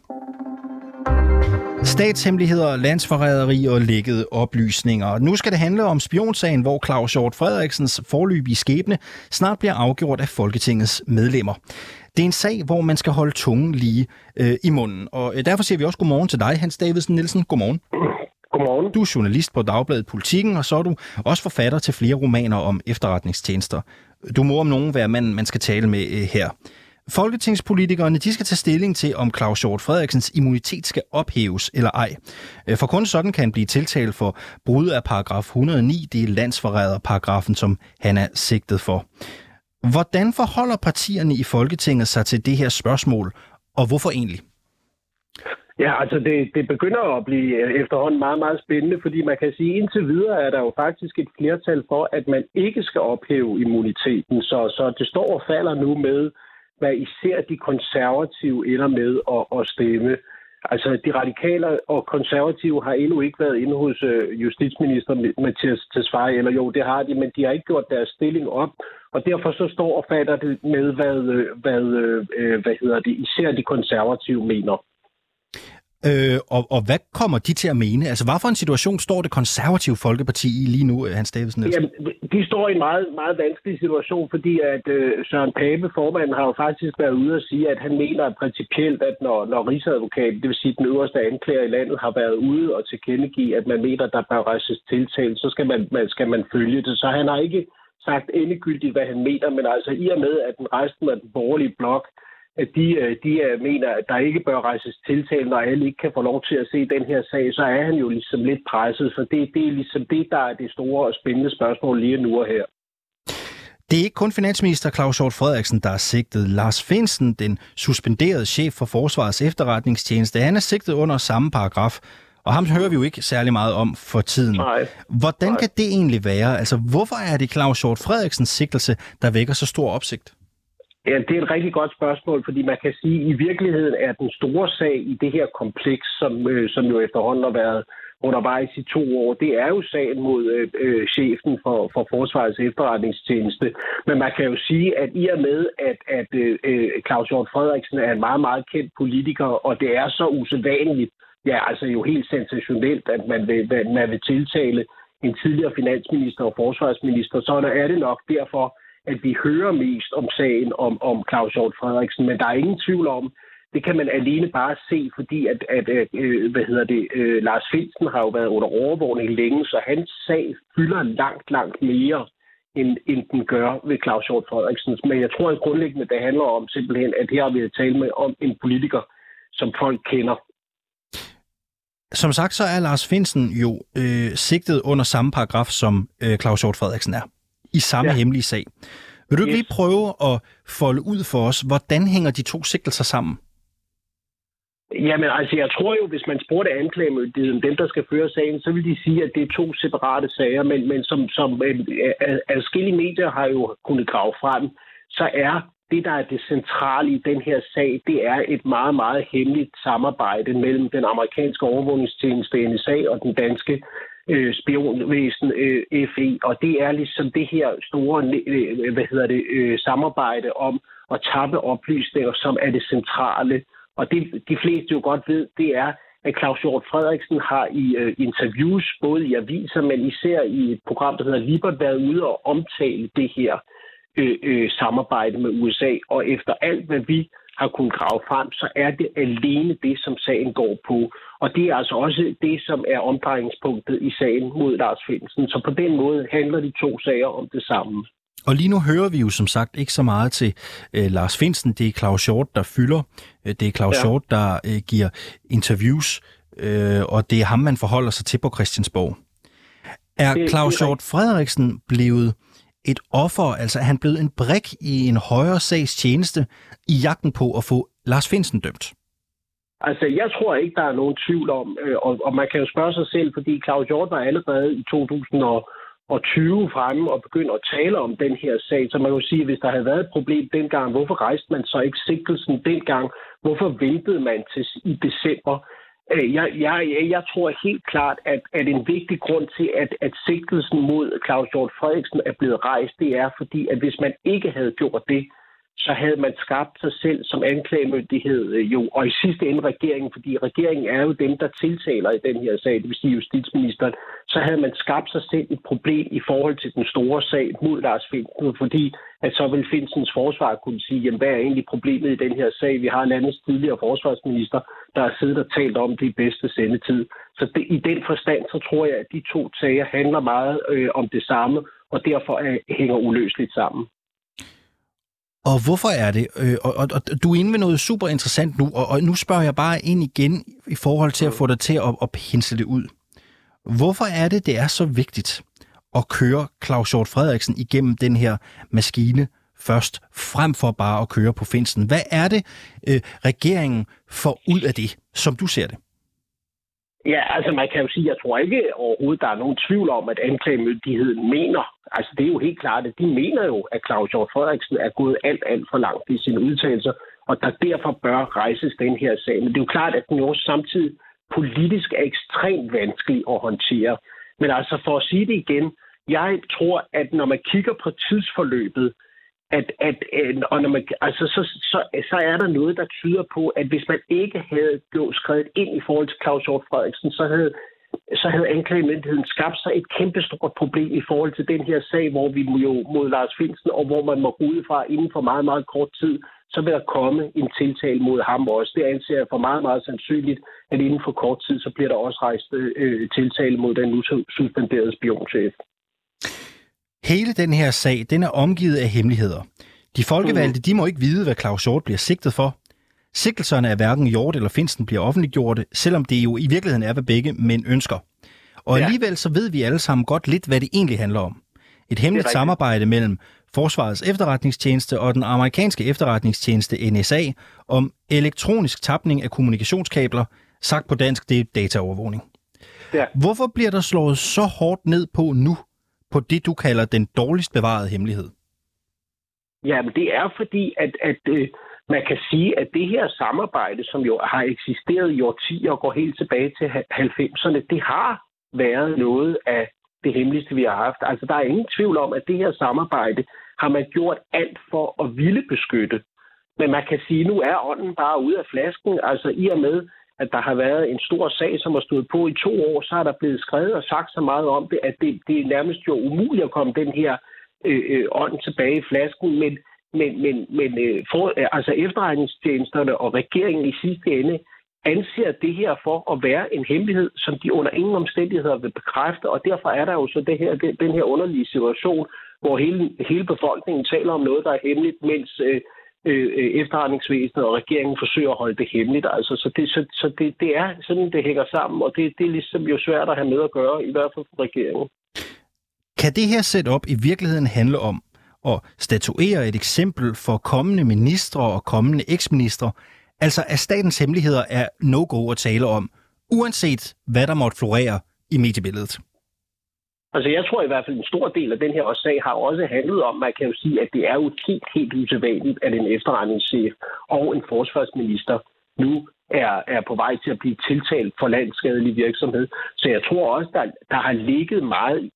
Statshemmeligheder, landsforræderi og lækkede oplysninger. Nu skal det handle om spionsagen, hvor Claus Hjort Frederiksens foreløbige skæbne snart bliver afgjort af Folketingets medlemmer. Det er en sag, hvor man skal holde tungen lige i munden. Og derfor siger vi også godmorgen til dig, Hans Davidsen Nielsen. Godmorgen. Godmorgen. Du er journalist på Dagbladet Politikken, og så er du også forfatter til flere romaner om efterretningstjenester. Du må om nogen være manden, man skal tale med her. Folketingspolitikerne, de skal tage stilling til, om Claus Hjort Frederiksens immunitet skal ophæves eller ej. For kun sådan kan han blive tiltalt for brud af paragraf 109, det er landsforræderparagrafen, som han er sigtet for. Hvordan forholder partierne i Folketinget sig til det her spørgsmål, og hvorfor egentlig? Ja, altså det begynder at blive efterhånden meget, meget spændende, fordi man kan sige, at indtil videre er der jo faktisk et flertal for, at man ikke skal ophæve immuniteten. Så det står og falder nu med, hvad især de konservative ender med at stemme. Altså de radikale og konservative har endnu ikke været inde hos justitsminister Mathias Tesfaye, eller jo, det har de, men de har ikke gjort deres stilling op. Og derfor så står og falder det med, hvad især de konservative mener. Og hvad kommer de til at mene? Altså, hvad for en situation står det konservative Folkeparti i lige nu, Hans Davidsen? Jamen, de står i en meget, meget vanskelig situation, fordi at Søren Pape, formanden, har jo faktisk været ude og sige, at han mener principielt, at når rigsadvokaten, det vil sige den øverste anklager i landet, har været ude og tilkendegive, at man mener, at der bør rejses tiltale, så skal man følge det. Så han har ikke sagt endegyldigt, hvad han mener, men altså i og med, at resten af den borgerlige blok, at de mener, at der ikke bør rejses tiltale, når alle ikke kan få lov til at se den her sag, så er han jo ligesom lidt presset, for det er ligesom det, der er det store og spændende spørgsmål lige nu og her. Det er ikke kun finansminister Claus Hjort Frederiksen, der er sigtet. Lars Findsen, den suspenderede chef for Forsvarets efterretningstjeneste, han er sigtet under samme paragraf, og ham hører vi jo ikke særlig meget om for tiden. Hvordan kan det egentlig være? Altså, hvorfor er det Claus Hjort Frederiksens sigtelse, der vækker så stor opsigt? Ja, det er et rigtig godt spørgsmål, fordi man kan sige, at i virkeligheden er den store sag i det her kompleks, som jo efterhånden har været undervejs i 2 år, det er jo sagen mod chefen for Forsvarets efterretningstjeneste. Men man kan jo sige, at i og med, at Claus Hjort Frederiksen er en meget, meget kendt politiker, og det er så usædvanligt, ja, altså jo helt sensationelt, at man vil tiltale en tidligere finansminister og forsvarsminister, så er det nok derfor, at vi hører mest om sagen om Claus Hjort Frederiksen, men der er ingen tvivl om, det kan man alene bare se, fordi at Lars Findsen har jo været under overvågning længe, så hans sag fylder langt mere, end den gør ved Claus Hjort Frederiksen. Men jeg tror, at grundlæggende det handler om simpelthen, at her har vi talt med om en politiker, som folk kender. Som sagt, så er Lars Findsen jo sigtet under samme paragraf, som Claus Hjort Frederiksen er. I samme hemmelige sag. Vil du ikke lige prøve at folde ud for os, hvordan hænger de to sigtelser sammen? Jamen altså, jeg tror jo, hvis man spurgte anklagemyndigheden, dem der skal føre sagen, så vil de sige, at det er 2 separate sager, men som adskillige medier har jo kunnet grave frem, så er det, der er det centrale i den her sag, det er et meget, meget hemmeligt samarbejde mellem den amerikanske overvågningstjeneste NSA og den danske spionvæsen FE, og det er ligesom det her store samarbejde om at tappe oplysninger, som er det centrale. Og det de fleste jo godt ved, det er, at Claus Hjort Frederiksen har i interviews, både i aviser, men især i et program, der hedder Libert, været ude og omtale det her samarbejde med USA. Og efter alt, hvad vi har kunnet grave frem, så er det alene det, som sagen går på. Og det er altså også det, som er omdrejningspunktet i sagen mod Lars Findsen. Så på den måde handler de 2 sager om det samme. Og lige nu hører vi jo som sagt ikke så meget til Lars Findsen. Det er Claus Hjort, der fylder. Det er Claus Hjort, der giver interviews. Og det er ham, man forholder sig til på Christiansborg. Er Claus Hjort Frederiksen blevet et offer? Altså er han blevet en brik i en højere sags tjeneste i jagten på at få Lars Findsen dømt? Altså, jeg tror ikke, der er nogen tvivl om, og man kan jo spørge sig selv, fordi Claus Hjort var allerede i 2020 fremme og begyndte at tale om den her sag, så man kan jo sige, at hvis der havde været et problem dengang, hvorfor rejste man så ikke sigtelsen dengang? Hvorfor ventede man til i december? Jeg tror helt klart, at en vigtig grund til, at sigtelsen mod Claus Hjort Frederiksen er blevet rejst, det er fordi, at hvis man ikke havde gjort det, så havde man skabt sig selv som anklagemyndighed jo, og i sidste ende regeringen, fordi regeringen er jo dem, der tiltaler i den her sag, det vil sige justitsministeren, så havde man skabt sig selv et problem i forhold til den store sag mod Lars Findsen, fordi at så vil Findsens forsvar kunne sige, jamen hvad er egentlig problemet i den her sag? Vi har landets tidligere forsvarsminister, der har siddet og talt om det i bedste sendetid. Så i den forstand, så tror jeg, at de to sager handler meget om det samme, og derfor hænger uløseligt sammen. Og hvorfor er det? Og du er inde ved noget super interessant nu, og nu spørger jeg bare ind igen i forhold til at få dig til at pensle det ud. Hvorfor er det er så vigtigt at køre Claus Hjort Frederiksen igennem den her maskine først, frem for bare at køre på Findsen? Hvad er det, regeringen får ud af det, som du ser det? Ja, altså man kan jo sige, jeg tror ikke overhovedet, der er nogen tvivl om, at anklagemyndigheden mener, altså det er jo helt klart, at de mener jo, at Claus Hjort Frederiksen er gået alt for langt i sine udtalelser, og der derfor bør rejses den her sag. Men det er jo klart, at den jo samtidig politisk er ekstremt vanskelig at håndtere. Men altså for at sige det igen, jeg tror, at når man kigger på tidsforløbet, og når man, altså, så er der noget, der tyder på, at hvis man ikke havde skrevet ind i forhold til Claus Hjort Frederiksen, så havde anklagemyndigheden skabt sig et kæmpestort problem i forhold til den her sag, hvor vi jo mod Lars Findsen, og hvor man må gå ud fra inden for meget, meget kort tid, så vil der komme en tiltale mod ham også. Det anser jeg for meget, meget sandsynligt, at inden for kort tid, så bliver der også rejst tiltale mod den nu suspenderede spionchef. Hele den her sag, den er omgivet af hemmeligheder. De folkevalgte, de må ikke vide, hvad Claus Hjort bliver sigtet for. Sigtelserne af hverken Hjort eller Findsen bliver offentliggjorte, selvom det jo i virkeligheden er, hvad begge mænd ønsker. Og alligevel så ved vi alle sammen godt lidt, hvad det egentlig handler om. Et hemmeligt samarbejde mellem Forsvarets efterretningstjeneste og den amerikanske efterretningstjeneste NSA om elektronisk tapning af kommunikationskabler, sagt på dansk, det er dataovervågning. Ja. Hvorfor bliver der slået så hårdt ned på nu, på det, du kalder den dårligst bevarede hemmelighed? Jamen, det er fordi, at man kan sige, at det her samarbejde, som jo har eksisteret i årtier og går helt tilbage til 90'erne, det har været noget af det hemmeligste, vi har haft. Altså, der er ingen tvivl om, at det her samarbejde har man gjort alt for at ville beskytte. Men man kan sige, at nu er ånden bare ude af flasken. Altså, i og med, at der har været en stor sag, som har stået på i 2 år, så er der blevet skrevet og sagt så meget om det, at det er nærmest jo umuligt at komme den her ånd tilbage i flasken. Men altså efterretningstjenesterne og regeringen i sidste ende anser det her for at være en hemmelighed, som de under ingen omstændigheder vil bekræfte, og derfor er der jo så den her underlige situation, hvor hele befolkningen taler om noget, der er hemmeligt, mens efterretningsvæsenet og regeringen forsøger at holde det hemmeligt. Altså, så det er sådan, det hænger sammen, og det er ligesom jo svært at have med at gøre, i hvert fald for regeringen. Kan det her setup i virkeligheden handle om at statuere et eksempel for kommende ministre og kommende eksministre, altså at statens hemmeligheder er no-go at tale om, uanset hvad der måtte florere i mediebilledet? Altså jeg tror i hvert fald, en stor del af den her sag har også handlet om, man kan jo sige, at det er jo helt usædvanligt, at en efterretningschef og en forsvarsminister nu er på vej til at blive tiltalt for landsskadelig virksomhed. Så jeg tror også, der har ligget meget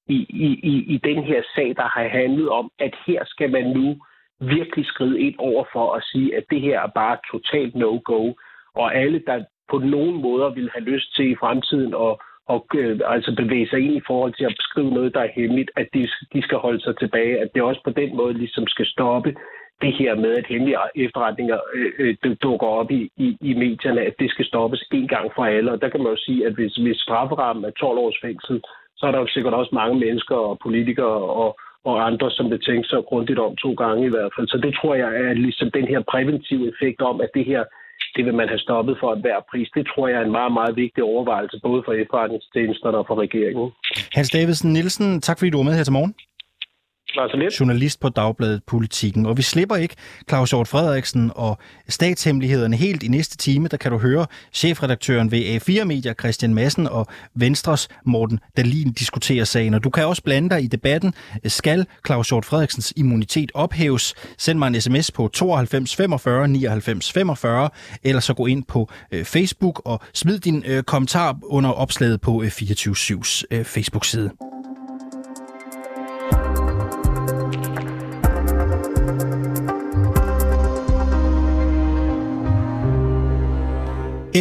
i den her sag, der har handlet om, at her skal man nu virkelig skride ind over for at sige, at det her er bare totalt no-go. Og alle, der på nogen måder vil have lyst til i fremtiden og altså bevæge sig ind i forhold til at beskrive noget, der er hemmeligt, at de skal holde sig tilbage. At det også på den måde ligesom skal stoppe det her med, at hemmelige efterretninger dukker op i medierne, at det skal stoppes en gang for alle. Og der kan man jo sige, at hvis strafferammen er 12 års fængsel, så er der jo sikkert også mange mennesker og politikere og andre, som vil tænke sig grundigt om 2 gange i hvert fald. Så det tror jeg er ligesom den her præventive effekt om, at det her, det vil man have stoppet for enhver pris. Det tror jeg er en meget, meget vigtig overvejelse, både for efterretningstjenesterne og for regeringen. Hans Davidsen Nielsen, tak fordi du var med her til morgen. Journalist på Dagbladet Politikken. Og vi slipper ikke Claus Hjort Frederiksen og statshemmelighederne helt i næste time. Der kan du høre chefredaktøren ved A4 Media, Christian Madsen, og Venstres Morten Dahlin diskutere sagen. Og du kan også blande dig i debatten. Skal Claus Hjort Frederiksens immunitet ophæves? Send mig en sms på 92 45 99 45, eller så gå ind på Facebook og smid din kommentar under opslaget på 24/7's Facebook-side.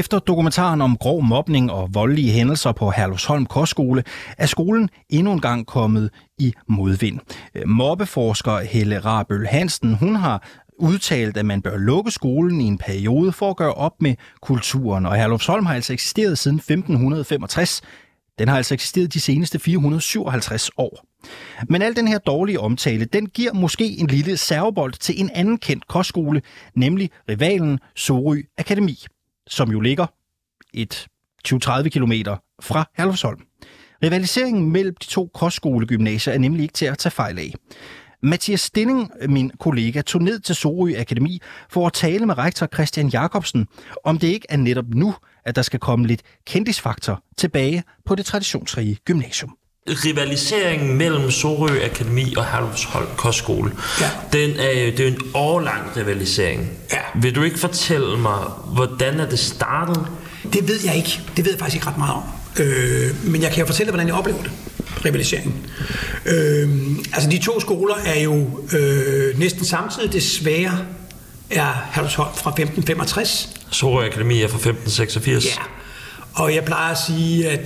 Efter dokumentaren om grov mobning og voldelige hændelser på Herlufsholm Kostskole, er skolen endnu en gang kommet i modvind. Mobbeforsker Helle Rabøl Hansen, hun har udtalt, at man bør lukke skolen i en periode for at gøre op med kulturen. Og Herlufsholm har altså eksisteret siden 1565. Den har altså eksisteret de seneste 457 år. Men al den her dårlige omtale, den giver måske en lille servebold til en anden kendt kostskole, nemlig rivalen Sorø Akademi, som jo ligger et 20-30 kilometer fra Herlufsholm. Rivaliseringen mellem de to kostskolegymnasier er nemlig ikke til at tage fejl af. Mathias Stilling, min kollega, tog ned til Sorø Akademi for at tale med rektor Christian Jacobsen, om det ikke er netop nu, at der skal komme lidt kendisfaktor tilbage på det traditionsrige gymnasium. Rivaliseringen mellem Sorø Akademi og Herlufsholm Kostskole, det er en årlang rivalisering. Ja. Vil du ikke fortælle mig, hvordan er det startet? Det ved jeg ikke. Det ved jeg faktisk ikke ret meget om. Men jeg kan jo fortælle dig, hvordan jeg oplever det. Rivaliseringen. Altså de to skoler er jo næsten samtidig. Desværre er Herlufsholm fra 1565. Sorø Akademi er fra 1586. Ja, og jeg plejer at sige, at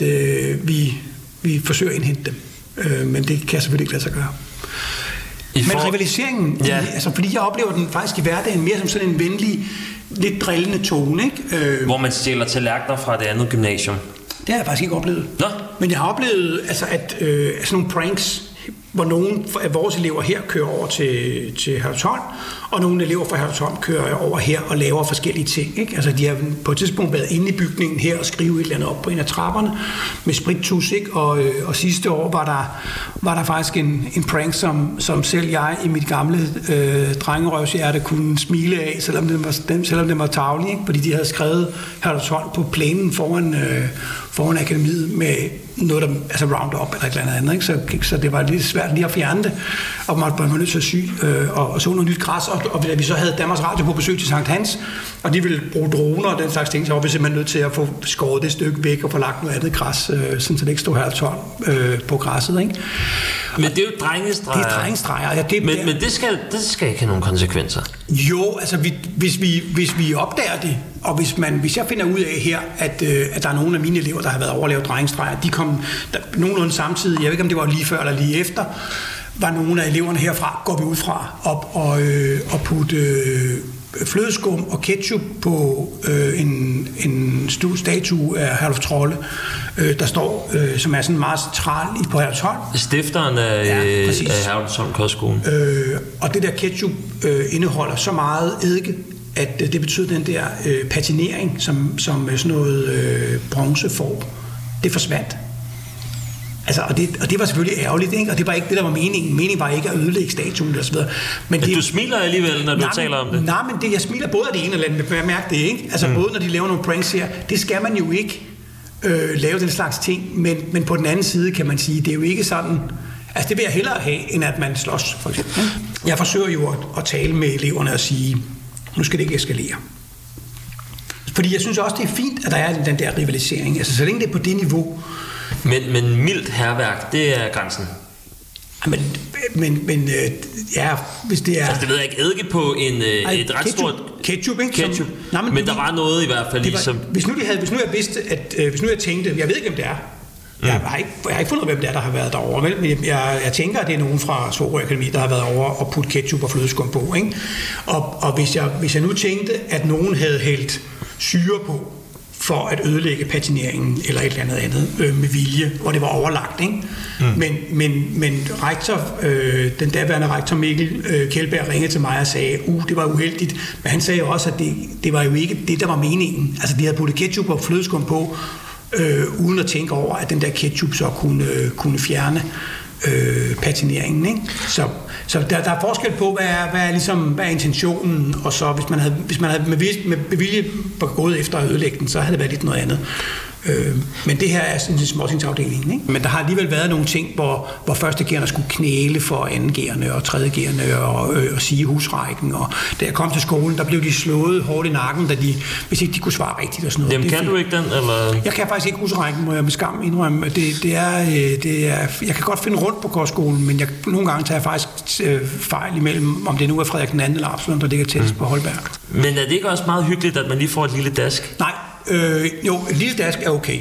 vi forsøger at indhente dem. Men det kan jeg selvfølgelig ikke lade sig gøre. Men rivaliseringen, altså fordi jeg oplever den faktisk i hverdagen mere som sådan en venlig, lidt drillende tone, ikke? Hvor man stjæler tallerkener fra det andet gymnasium. Det har jeg faktisk ikke oplevet. Nå? Men jeg har oplevet, altså, at sådan nogle pranks, hvor nogle af vores elever her kører over til Herlufsholm, og nogle elever fra Herlufsholm kører over her og laver forskellige ting. Ikke? Altså, de har på et tidspunkt været inde i bygningen her og skrive et eller andet op på en af trapperne med sprittus, ikke? Og sidste år var der faktisk en prank, som selv jeg i mit gamle drengerøvshjerte kunne smile af, selvom den var tarvelig, ikke? Fordi de havde skrevet Herlufsholm på plænen foran akademiet med noget, der, altså Roundup eller et eller andet, ikke? Så det var lidt svært lige at fjerne det, og man var nødt til at sy og så noget nyt græs, og vi så havde Danmarks Radio på besøg til Sankt Hans, og de ville bruge droner og den slags ting, så var vi simpelthen nødt til at få skåret det stykke væk og få lagt noget andet græs, sådan så det ikke stod Herlufsholm på græsset, ikke? Men det er jo drengestreger. Det er drengestreger. Ja, men det skal ikke have nogen konsekvenser. Jo, altså hvis vi opdager det, og hvis jeg finder ud af her, at der er nogle af mine elever, der har været over at lave drengestreger, de kom nogenlunde samtidig, jeg ved ikke om det var lige før eller lige efter, var nogle af eleverne herfra, går vi ud fra, op og putte flødeskum og ketchup på en statue af Herluf Trolle, der står, som er sådan meget central på Herlufsholm. Stifteren af Herlufsholm Kostskole. Og det der ketchup indeholder så meget eddike, at det betyder den der patinering, som sådan noget bronze får. Det forsvandt. Altså, og det var selvfølgelig ærgerligt, ikke? Og det var ikke det, der var meningen. Meningen var ikke at ødelægge statuen og så videre. Men du smiler alligevel, når du taler om det. Nej, men jeg smiler både af det ene eller andet. Jeg mærker det, ikke? Altså, både når de laver nogle pranks her, det skal man jo ikke lave den slags ting. Men på den anden side kan man sige, det er jo ikke sådan. Altså, det vil jeg hellere have, end at man slås, for eksempel. Jeg forsøger jo at tale med eleverne og sige, nu skal det ikke eskalere. Fordi jeg synes også, det er fint, at der er den der rivalisering. Altså, så længe det er på det niveau. Men mildt hærværk, det er grænsen. Men ja, hvis det er... Altså, det ved jeg ikke, eddike på et ret stort... Ketchup, ikke? Ketchup. Men der var noget i hvert fald ligesom... Hvis nu jeg vidste, hvis nu jeg tænkte, jeg ved ikke, hvem det er. Jeg har ikke fundet ud af, hvem det er, der har været derovre. Men jeg tænker, at det er nogen fra Sorø Akademi, der har været over og putte ketchup og flødeskum på, ikke? Og hvis jeg nu tænkte, at nogen havde hældt syre på, for at ødelægge patineringen eller et eller andet med vilje, hvor det var overlagt, ikke? Men rektor, den daværende rektor Mikkel Kjeldberg ringede til mig og sagde, det var uheldigt, men han sagde også, at det var jo ikke det, der var meningen. Altså, de havde puttet ketchup og flødeskum på, uden at tænke over, at den der ketchup så kunne fjerne patineringen, ikke? Så der er forskel på, hvad er intentionen, og så hvis man havde med bevilje gået efter at ødelægge den, så havde det været lidt noget andet. Men det her er sådan en småtingsafdeling, ikke? Men der har alligevel været nogle ting, hvor første gærne skulle knæle for anden gærne og tredje gærne og sige husrækken. Og da jeg kom til skolen, der blev de slået hårdt i nakken, hvis ikke de kunne svare rigtigt og sådan noget. Jamen, kan du ikke den, eller? Jeg kan faktisk ikke husrækken, må jeg med skam indrømme. Jeg kan godt finde rundt på kostskolen, men nogle gange tager jeg faktisk fejl imellem, om det nu er Frederik II eller Absalon, der ligger tættest på Holberg. Men er det ikke også meget hyggeligt, at man lige får et lille dask? Nej. Jo, en lille dask er okay,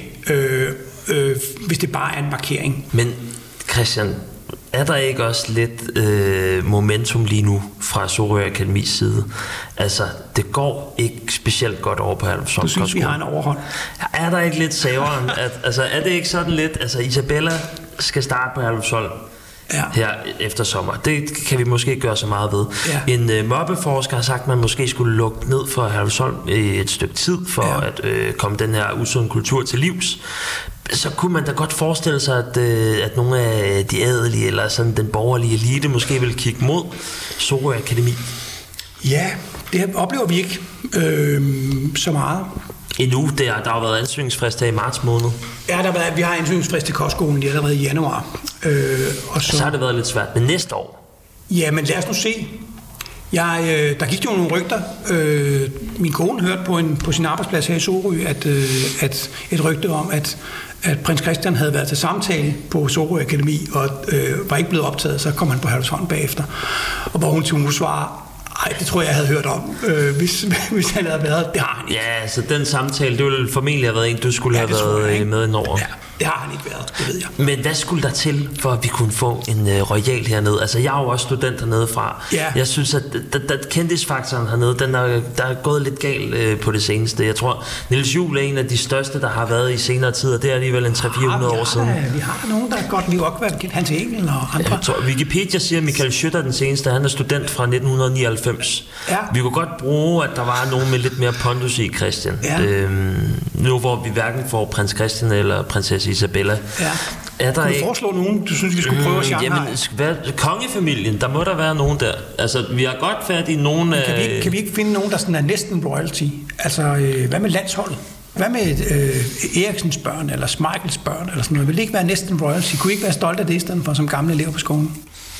hvis det bare er en markering. Men Christian, er der ikke også lidt momentum lige nu fra Sorø Akademis side? Altså, det går ikke specielt godt over på Herlufsholm. Du synes, vi har en overhånd? Er der ikke lidt saveren? Er det ikke sådan lidt... Altså, Isabella skal starte på Herlufsholm her efter sommer. Det kan vi måske gøre så meget ved. Ja. En mobbeforsker har sagt, at man måske skulle lukke ned for Herlufsholm i et stykke tid, for at komme den her usunde kultur til livs. Så kunne man da godt forestille sig, at nogle af de adelige, eller sådan den borgerlige elite, måske vil kigge mod Sorø Akademi. Ja, det oplever vi ikke så meget. Endnu, der har været ansøgningsfrist her i marts måned. Ja, vi har ansøgningsfrist til kostskolen allerede i januar. Og så har det været lidt svært, men næste år? Ja, men lad os nu se. Der gik jo nogle rygter. Min kone hørte på sin arbejdsplads her i Sorø, at et rygte om, at prins Christian havde været til samtale på Sorø Akademi, og var ikke blevet optaget, så kom han på Herlufsholm bagefter. Og hvor hun svarer, ej, det tror jeg havde hørt om, hvis han havde været. Det har han ikke. Ja, så den samtale, det ville formentlig have været en, du skulle have været med indover. Ja, det har han ikke været, det ved jeg. Men hvad skulle der til, for at vi kunne få en royal hernede? Altså, jeg er jo også student hernede fra. Ja. Jeg synes, at kendisfaktoren hernede, der er gået lidt galt på det seneste. Jeg tror, Niels Juhl er en af de største, der har været i senere tider. Det er alligevel en 300-400 år siden. Vi har nogen, der godt lige også været Hans Engel og andre. Jeg tror, Wikipedia siger, at Michael Schøtter den seneste, han er student fra 1999. Ja. Vi kunne godt bruge, at der var nogen med lidt mere pondus i, Christian. Ja. Nu hvor vi hverken får prins Christian eller prinsesse Isabella. Ja. Kan du foreslå nogen, du synes, vi skulle prøve at Jamen, kongefamilien, der må der være nogen der. Altså, vi har godt fat i nogen... Kan vi ikke finde nogen, der sådan er næsten royalty? Altså, hvad med landsholdet? Hvad med Eriksens børn, eller Schmeichels børn, eller sådan noget? Vil det ikke være næsten royalty? Kunne I ikke være stolte af det, i stedet for som gamle elever på skolen?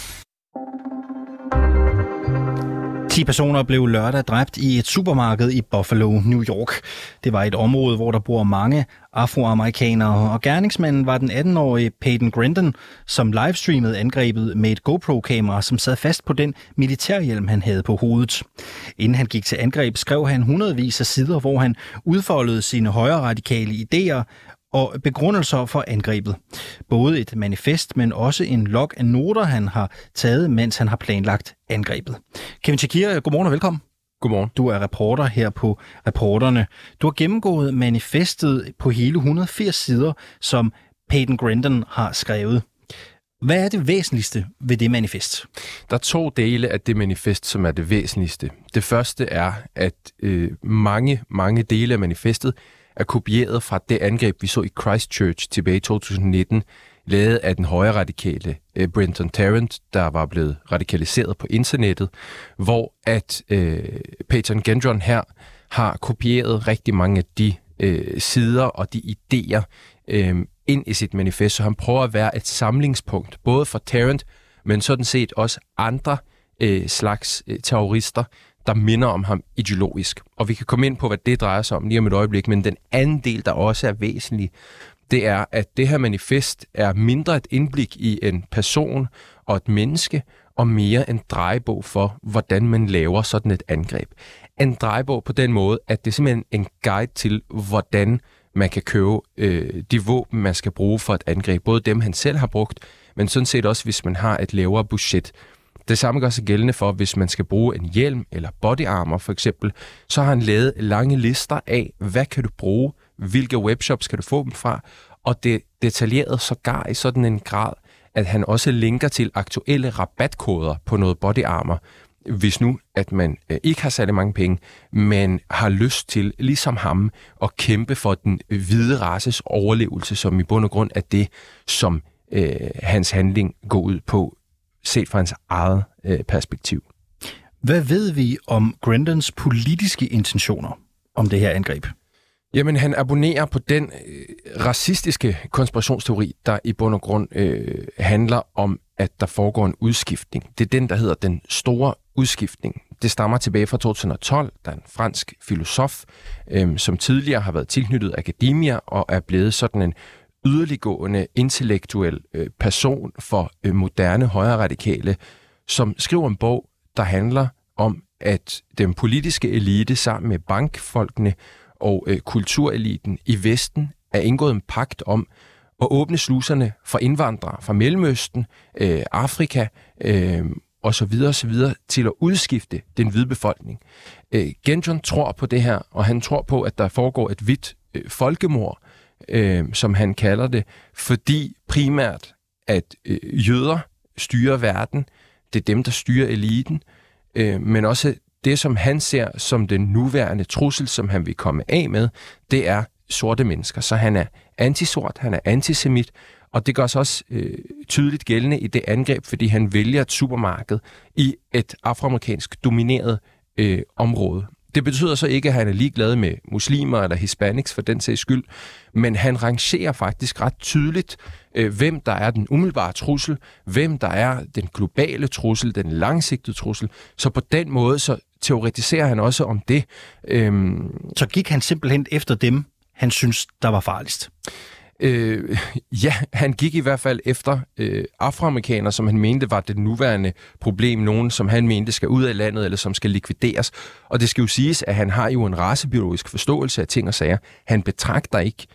10 personer blev lørdag dræbt i et supermarked i Buffalo, New York. Det var et område, hvor der bor mange afroamerikanere, og gerningsmanden var den 18-årige Peyton Grendon, som livestreamede angrebet med et GoPro-kamera, som sad fast på den militærhjelm, han havde på hovedet. Inden han gik til angreb, skrev han hundredvis af sider, hvor han udfoldede sine højreradikale idéer og begrundelser for angrebet. Både et manifest, men også en log af noter, han har taget, mens han har planlagt angrebet. Kevin Shakir, godmorgen og velkommen. Godmorgen. Du er reporter her på Reporterne. Du har gennemgået manifestet på hele 180 sider, som Peyton Grendon har skrevet. Hvad er det væsentligste ved det manifest? Der er 2 dele af det manifest, som er det væsentligste. Det første er, at mange dele af manifestet er kopieret fra det angreb, vi så i Christchurch tilbage i 2019, lavet af den højre radikale Brenton Tarrant, der var blevet radikaliseret på internettet, hvor at Peyton Gendron her har kopieret rigtig mange af de sider og de idéer ind i sit manifest, så han prøver at være et samlingspunkt, både for Tarrant, men sådan set også andre slags terrorister, der minder om ham ideologisk. Og vi kan komme ind på, hvad det drejer sig om lige om et øjeblik, men den anden del, der også er væsentlig, det er, at det her manifest er mindre et indblik i en person og et menneske, og mere en drejebog for, hvordan man laver sådan et angreb. En drejebog på den måde, at det er simpelthen en guide til, hvordan man kan købe de våben, man skal bruge for et angreb. Både dem, han selv har brugt, men sådan set også, hvis man har et lavere budget. Det samme gør sig gældende for, hvis man skal bruge en hjelm eller body armor for eksempel, så har han lavet lange lister af, hvad kan du bruge, hvilke webshops kan du få dem fra, og det detaljeret sågar i sådan en grad, at han også linker til aktuelle rabatkoder på noget body armor, hvis nu, at man ikke har særlig mange penge, men har lyst til, ligesom ham, at kæmpe for den hvide races overlevelse, som i bund og grund er det, som hans handling går ud på, set fra hans eget perspektiv. Hvad ved vi om Grendons politiske intentioner om det her angreb? Jamen, han abonnerer på den racistiske konspirationsteori, der i bund og grund handler om, at der foregår en udskiftning. Det er den, der hedder den store udskiftning. Det stammer tilbage fra 2012, der er en fransk filosof, som tidligere har været tilknyttet akademia og er blevet sådan en yderliggående intellektuel person for moderne højreradikale, som skriver en bog, der handler om, at den politiske elite sammen med bankfolkene og kultureliten i Vesten er indgået en pagt om at åbne sluserne for indvandrere fra Mellemøsten, Afrika og så videre til at udskifte den hvide befolkning. Gendron tror på det her, og han tror på, at der foregår et hvidt folkemord, som han kalder det, fordi primært at jøder styrer verden, det er dem, der styrer eliten, men også det, som han ser som den nuværende trussel, som han vil komme af med, det er sorte mennesker. Så han er antisort, han er antisemit, og det gør sig også tydeligt gældende i det angreb, fordi han vælger et supermarked i et afroamerikansk domineret område. Det betyder så ikke, at han er ligeglad med muslimer eller hispanics for den sags skyld, men han rangerer faktisk ret tydeligt, hvem der er den umiddelbare trussel, hvem der er den globale trussel, den langsigtede trussel. Så på den måde, så teoretiserer han også om det. Så gik han simpelthen efter dem, han synes, der var farligst? Ja, han gik i hvert fald efter afroamerikanere, som han mente var det nuværende problem. Nogen, som han mente skal ud af landet, eller som skal likvideres. Og det skal jo siges, at han har jo en racebiologisk forståelse af ting og sager. Han betragter ikke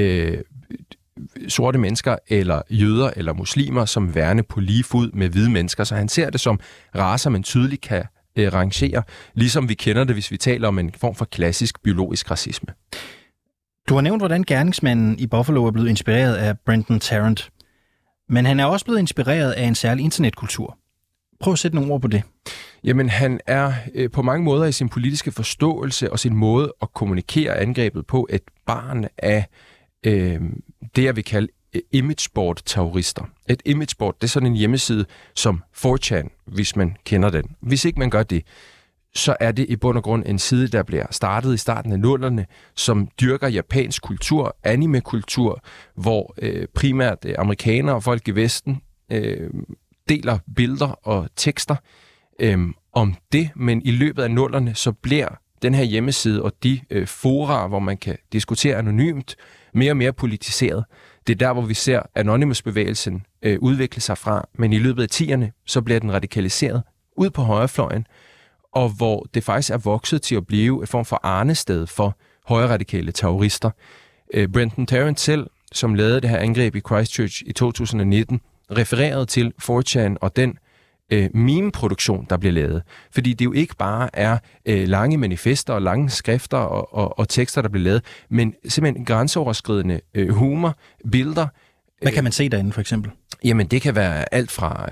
sorte mennesker, eller jøder, eller muslimer, som værende på lige fod med hvide mennesker. Så han ser det som racer, man tydeligt kan rangere, ligesom vi kender det, hvis vi taler om en form for klassisk biologisk racisme. Du har nævnt, hvordan gerningsmanden i Buffalo er blevet inspireret af Brenton Tarrant. Men han er også blevet inspireret af en særlig internetkultur. Prøv at sætte nogle ord på det. Jamen, han er på mange måder i sin politiske forståelse og sin måde at kommunikere angrebet på et barn af det, jeg vil kalde imageboard-terrorister. Et imageboard, det er sådan en hjemmeside som 4chan, hvis man kender den. Hvis ikke man gør det, så er det i bund og grund en side, der bliver startet i starten af 00'erne, som dyrker japansk kultur, anime-kultur, hvor primært amerikanere og folk i Vesten deler billeder og tekster om det, men i løbet af 00'erne, så bliver den her hjemmeside og de fora, hvor man kan diskutere anonymt, mere og mere politiseret. Det er der, hvor vi ser Anonymous-bevægelsen udvikle sig fra, men i løbet af 10'erne, så bliver den radikaliseret ud på højrefløjen, og hvor det faktisk er vokset til at blive et form for arnested for højreradikale terrorister. Brenton Tarrant selv, som lavede det her angreb i Christchurch i 2019, refererede til 4chan og den meme-produktion, der bliver lavet. Fordi det jo ikke bare er lange manifester og lange skrifter og tekster, der bliver lavet, men simpelthen grænseoverskridende humor, billeder. Hvad kan man se derinde, for eksempel? Jamen, det kan være alt fra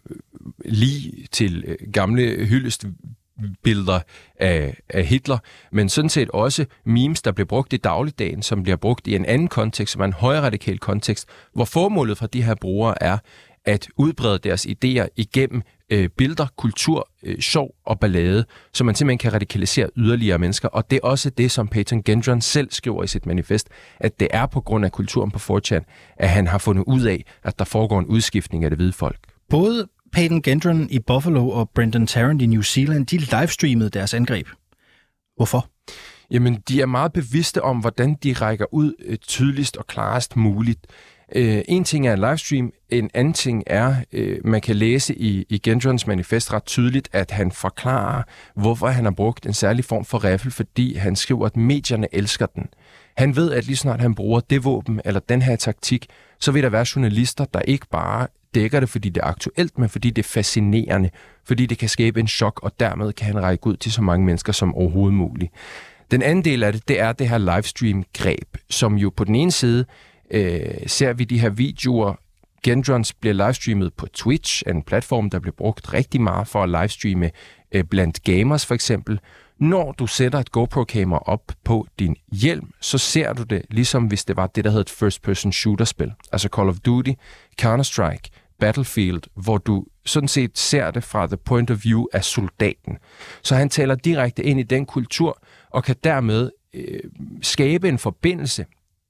lige til gamle hyldestbilleder af Hitler, men sådan set også memes, der bliver brugt i dagligdagen, som bliver brugt i en anden kontekst, som er en højradikal kontekst, hvor formålet fra de her brugere er at udbrede deres idéer igennem billeder, kultur, sjov og ballade, så man simpelthen kan radikalisere yderligere mennesker. Og det er også det, som Peyton Gendron selv skriver i sit manifest, at det er på grund af kulturen på 4chan, at han har fundet ud af, at der foregår en udskiftning af det hvide folk. Både Peyton Gendron i Buffalo og Brenton Tarrant i New Zealand, de livestreamede deres angreb. Hvorfor? Jamen, de er meget bevidste om, hvordan de rækker ud tydeligst og klarest muligt. En ting er en livestream, en anden ting er, man kan læse i Gendrons manifest ret tydeligt, at han forklarer, hvorfor han har brugt en særlig form for riffel, fordi han skriver, at medierne elsker den. Han ved, at lige snart han bruger det våben eller den her taktik, så vil der være journalister, der ikke bare dækker det, fordi det er aktuelt, men fordi det er fascinerende, fordi det kan skabe en chok, og dermed kan han række ud til så mange mennesker som overhovedet muligt. Den anden del af det er det her livestream-greb, som jo på den ene side ser vi de her videoer. Gendrons bliver livestreamet på Twitch, en platform, der bliver brugt rigtig meget for at livestreame blandt gamers for eksempel. Når du sætter et GoPro-kamera op på din hjelm, så ser du det, ligesom hvis det var det, der hed et first-person shooter-spil. Altså Call of Duty, Counter-Strike, Battlefield, hvor du sådan set ser det fra the point of view af soldaten. Så han taler direkte ind i den kultur, og kan dermed skabe en forbindelse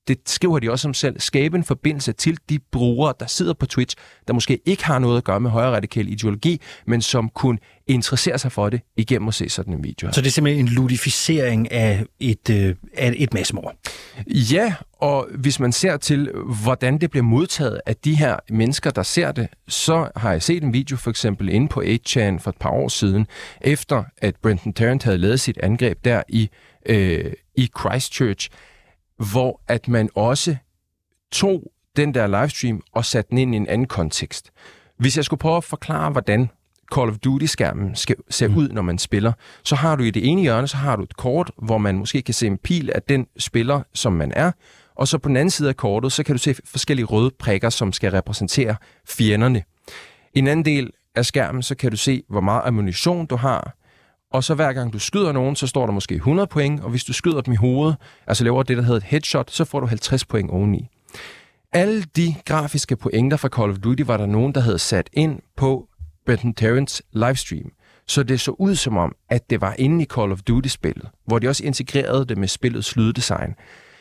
det skriver de også om selv, skabe en forbindelse til de brugere, der sidder på Twitch, der måske ikke har noget at gøre med højreradikal ideologi, men som kunne interessere sig for det igennem at se sådan en video. Så det er simpelthen en ludificering af et massemord? Ja, og hvis man ser til, hvordan det bliver modtaget af de her mennesker, der ser det, så har jeg set en video for eksempel inde på 8chan for et par år siden, efter at Brenton Tarrant havde lavet sit angreb der i Christchurch, hvor at man også tog den der livestream og satte den ind i en anden kontekst. Hvis jeg skulle prøve at forklare, hvordan Call of Duty-skærmen ser ud, når man spiller, så har du i det ene hjørne, så har du et kort, hvor man måske kan se en pil af den spiller, som man er, og så på den anden side af kortet, så kan du se forskellige røde prikker, som skal repræsentere fjenderne. I en anden del af skærmen, så kan du se, hvor meget ammunition du har, og så hver gang du skyder nogen, så står der måske 100 point, og hvis du skyder dem i hovedet, altså laver det, der hedder et headshot, så får du 50 point oveni. Alle de grafiske pointer fra Call of Duty var der nogen, der havde sat ind på Brenton Tarrants livestream. Så det så ud som om, at det var inde i Call of Duty-spillet, hvor de også integrerede det med spillets lyddesign.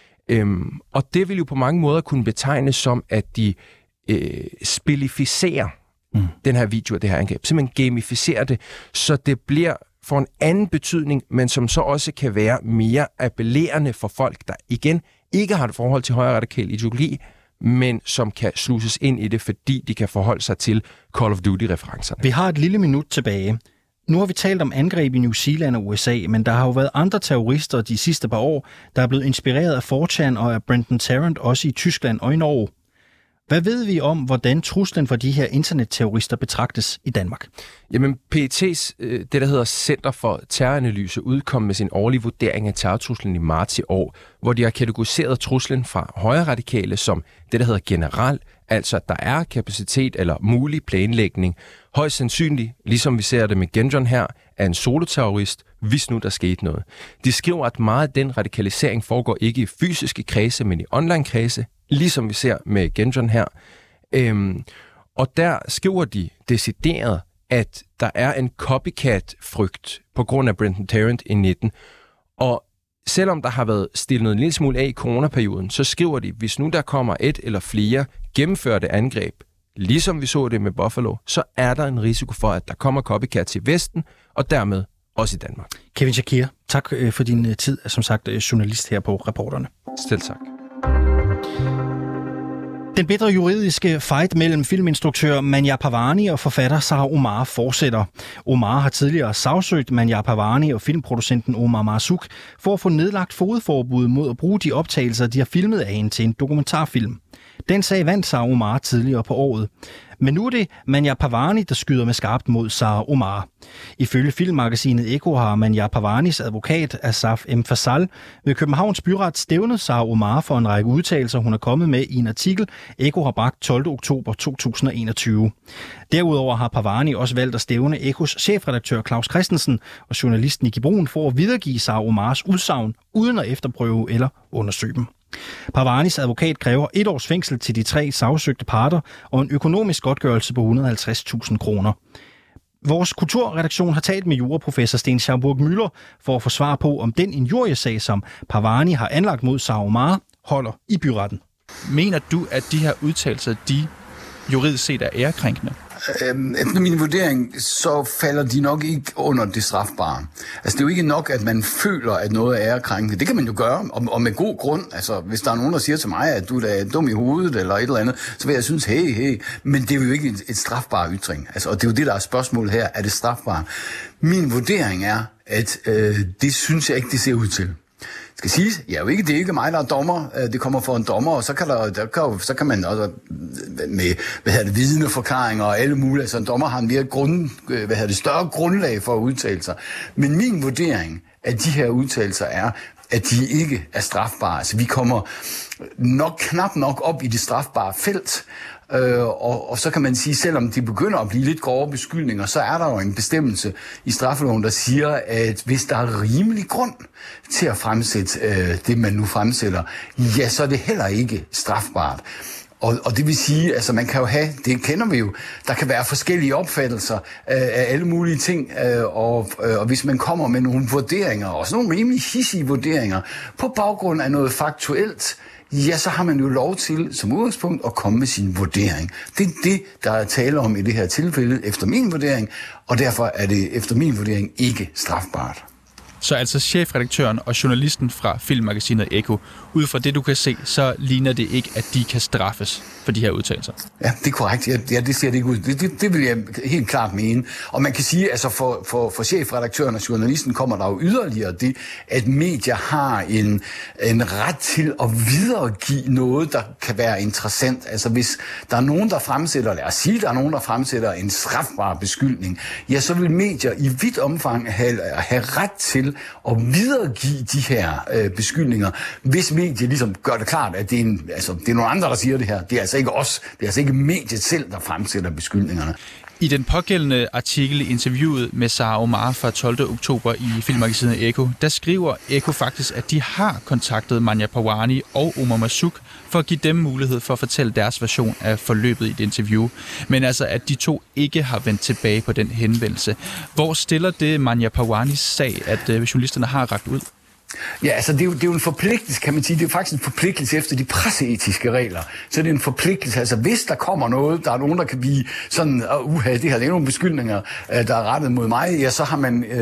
Og det vil jo på mange måder kunne betegnes som, at de spilificerer den her video og det her angreb. Simpelthen gamificerer det, så det bliver for en anden betydning, men som så også kan være mere appellerende for folk, der igen ikke har et forhold til højre radikal ideologi, men som kan sluses ind i det, fordi de kan forholde sig til Call of Duty-referencerne. Vi har et lille minut tilbage. Nu har vi talt om angreb i New Zealand og USA, men der har jo været andre terrorister de sidste par år, der er blevet inspireret af 4chan og af Brenton Tarrant, også i Tyskland og i Norge. Hvad ved vi om, hvordan truslen for de her internetterrorister betragtes i Danmark? Jamen, PET's, det der hedder Center for Terroranalyse, udkom med sin årlige vurdering af terrortruslen i marts i år, hvor de har kategoriseret truslen fra højre radikale som det, der hedder generelt, altså at der er kapacitet eller mulig planlægning. Højst sandsynligt, ligesom vi ser det med Gendron her, er en soloterrorist, hvis nu der skete noget. De skriver, at meget af den radikalisering foregår ikke i fysiske kredse, men i online kredse, ligesom vi ser med Gendron her. Og der skriver de decideret, at der er en copycat-frygt på grund af Brenton Tarrant i 19. Og selvom der har været stillet en lille smule af i coronaperioden, så skriver de, hvis nu der kommer et eller flere gennemførte angreb, ligesom vi så det med Buffalo, så er der en risiko for, at der kommer copycats i Vesten, og dermed også i Danmark. Kevin Shakir, tak for din tid, som sagt journalist her på Reporterne. Selv tak. Den bitre juridiske fight mellem filminstruktør Manya Parvani og forfatter Sara Omar fortsætter. Omar har tidligere sagsøgt Manya Parvani og filmproducenten Omar Marzouk for at få nedlagt fogedforbud mod at bruge de optagelser, de har filmet af hende til en dokumentarfilm. Den sag vandt Sara Omar tidligere på året. Men nu er det Manya Parvani, der skyder med skarpt mod Sara Omar. Ifølge filmmagasinet Eko har Manya Parvanis advokat Asaf M. Fasal ved Københavns Byret stævnet Sara Omar for en række udtalelser, hun er kommet med i en artikel, Eko har bragt 12. oktober 2021. Derudover har Parvani også valgt at stævne Ekos chefredaktør Claus Christensen og journalisten Nicky Brun for at videregive Sara Omars udsagn uden at efterprøve eller undersøge dem. Parvanis advokat kræver 1 års fængsel til de 3 sagsøgte parter og en økonomisk godtgørelse på 150.000 kroner. Vores kulturredaktion har talt med juraprofessor Sten Schaumburg Müller for at få svar på, om den injuriesag, som Parvani har anlagt mod Sara Omar, holder i byretten. Mener du, at de her udtalelser, de juridisk set er ærekrænkende? Efter min vurdering, så falder de nok ikke under det strafbare. Altså, det er jo ikke nok, at man føler, at noget er ærekrænkende. Det kan man jo gøre, og med god grund. Altså, hvis der er nogen, der siger til mig, at du er dum i hovedet, eller et eller andet, så vil jeg synes, hey. Men det er jo ikke et strafbar ytring. Altså, og det er jo det, der er spørgsmålet her. Er det strafbart? Min vurdering er, at det synes jeg ikke, det ser ud til. Skal siges, det er ikke mig, der er dommer. Det kommer fra en dommer, og så kan man også med vidneforklaringer og alle mulige. Så en dommer har en mere større grundlag for at udtale sig. Men min vurdering af de her udtalelser er, at de ikke er strafbare. Altså, vi kommer knap nok op i det strafbare felt. Og så kan man sige, selvom de begynder at blive lidt grove beskyldninger, så er der jo en bestemmelse i straffeloven, der siger, at hvis der er rimelig grund til at fremsætte det, man nu fremsætter, ja, så er det heller ikke strafbart. Og det vil sige, altså man kan jo have, det kender vi jo, der kan være forskellige opfattelser af alle mulige ting, og hvis man kommer med nogle vurderinger, også nogle rimelig hissige vurderinger, på baggrund af noget faktuelt, ja, så har man jo lov til som udgangspunkt at komme med sin vurdering. Det er det, der er tale om i det her tilfælde, efter min vurdering, og derfor er det efter min vurdering ikke strafbart. Så altså chefredaktøren og journalisten fra filmmagasinet Ekko, ud fra det du kan se, så ligner det ikke, at de kan straffes for de her udtalelser. Ja, det er korrekt. Ja, det ser det ikke ud. Det vil jeg helt klart mene. Og man kan sige, altså for chefredaktøren og journalisten kommer der jo yderligere det, at medier har en ret til at videregive noget, der kan være interessant. Altså hvis der er nogen, der fremsætter, lad os sige, der er nogen, der fremsætter en strafbar beskyldning, ja, så vil medier i vidt omfang have ret til at videregive de her beskyldninger, hvis medier ligesom gør det klart, at det er nogle andre, der siger det her. Det er altså ikke os. Det er altså ikke mediet selv, der fremsætter beskyldningerne. I den pågældende artikel i interviewet med Sara Omar fra 12. oktober i filmmagasinet Ekko, der skriver Ekko faktisk, at de har kontaktet Manya Parwani og Omar Marzouk for at give dem mulighed for at fortælle deres version af forløbet i et interview. Men altså, at de to ikke har vendt tilbage på den henvendelse. Hvor stiller det Manya Parwanis sag, at journalisterne har rakt ud? Ja, altså det er jo en forpligtelse, kan man sige. Det er jo faktisk en forpligtelse efter de presseetiske regler. Så det er en forpligtelse. Altså hvis der kommer noget, der er nogen, der kan blive sådan, det her, det er nogle beskyldninger, der er rettet mod mig, ja, så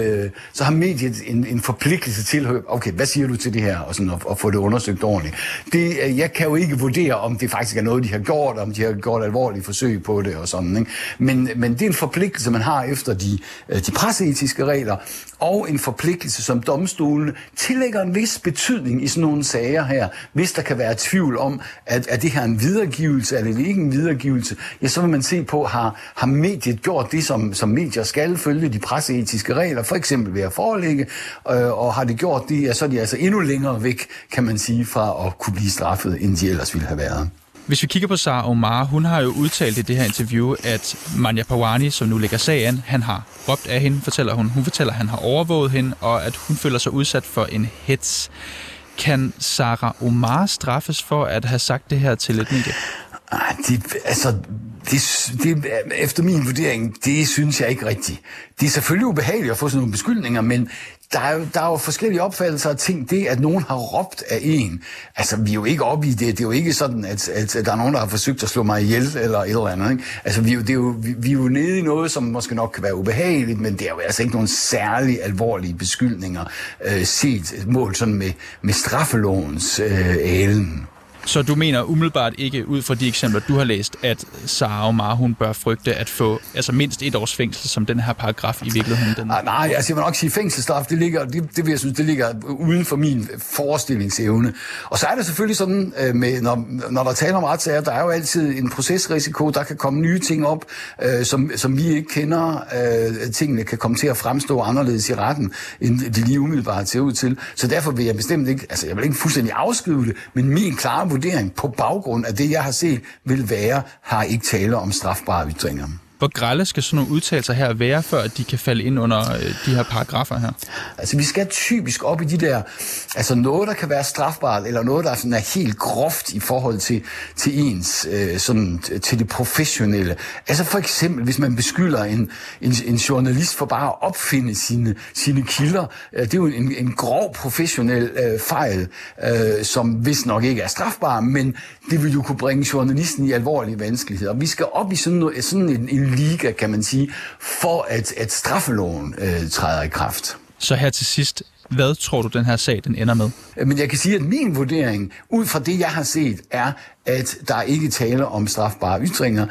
har mediet en forpligtelse til, okay, hvad siger du til det her, og sådan at få det undersøgt ordentligt. Jeg kan jo ikke vurdere, om det faktisk er noget, de har gjort, om de har gjort alvorlige forsøg på det og sådan, ikke? Men det er en forpligtelse, man har efter de presseetiske regler, og en forpligtelse, som domstolene tillægger en vis betydning i sådan nogle sager her. Hvis der kan være tvivl om, at det her er en videregivelse, eller det ikke en videregivelse, ja, så vil man se på, har mediet gjort det, som medier skal følge de presseetiske regler, for eksempel ved at forelægge, og har det gjort det, ja, så er de altså endnu længere væk, kan man sige, fra at kunne blive straffet, end de ellers ville have været. Hvis vi kigger på Sara Omar, hun har jo udtalt i det her interview, at Manya Parwani, som nu lægger sag an, han har råbt af hende, fortæller hun. Hun fortæller, at han har overvåget hende, og at hun føler sig udsat for en hets. Kan Sara Omar straffes for at have sagt det her til et medie? Efter min vurdering, det synes jeg ikke rigtigt. Det er selvfølgelig ubehageligt at få sådan nogle beskyldninger, men der er jo forskellige opfattelser af ting. Det, at nogen har råbt af en, altså vi er jo ikke oppe i det. Det er jo ikke sådan, at der er nogen, der har forsøgt at slå mig ihjel eller et eller andet, ikke? Altså vi er jo nede i noget, som måske nok kan være ubehageligt, men det er jo altså ikke nogen særlig alvorlige beskyldninger set mål sådan med straffelovens alen. Så du mener umiddelbart ikke, ud fra de eksempler, du har læst, at Sara Omar, hun bør frygte at få mindst 1 års fængsel, som den her paragraf i virkeligheden? Nej, altså jeg vil nok sige, fængselsstraf, det vil jeg synes, det ligger uden for min forestillingsevne. Og så er det selvfølgelig sådan, når der taler om retssager, der er jo altid en procesrisiko, der kan komme nye ting op, som vi ikke kender. Tingene kan komme til at fremstå anderledes i retten, end det lige umiddelbart ser ud til. Så derfor vil jeg bestemt ikke, altså jeg vil ikke fuldstændig afskrive det, men min klare vurdering på baggrund af det, jeg har set, har ikke tale om strafbare ytringer. Hvor grelle skal sådan nogle udtalelser her være, før de kan falde ind under de her paragrafer her? Altså vi skal typisk op i de der, altså noget, der kan være strafbart, eller noget, der sådan er helt groft i forhold til ens, sådan, til det professionelle. Altså for eksempel, hvis man beskylder en journalist for bare at opfinde sine kilder, det er jo en grov professionel fejl, som vist nok ikke er strafbar, men det vil jo kunne bringe journalisten i alvorlige vanskeligheder. Og vi skal op i sådan en liga, kan man sige, for at straffeloven træder i kraft. Så her til sidst, hvad tror du, den her sag den ender med? Men jeg kan sige, at min vurdering, ud fra det, jeg har set, er, at der ikke taler om strafbare ytringer.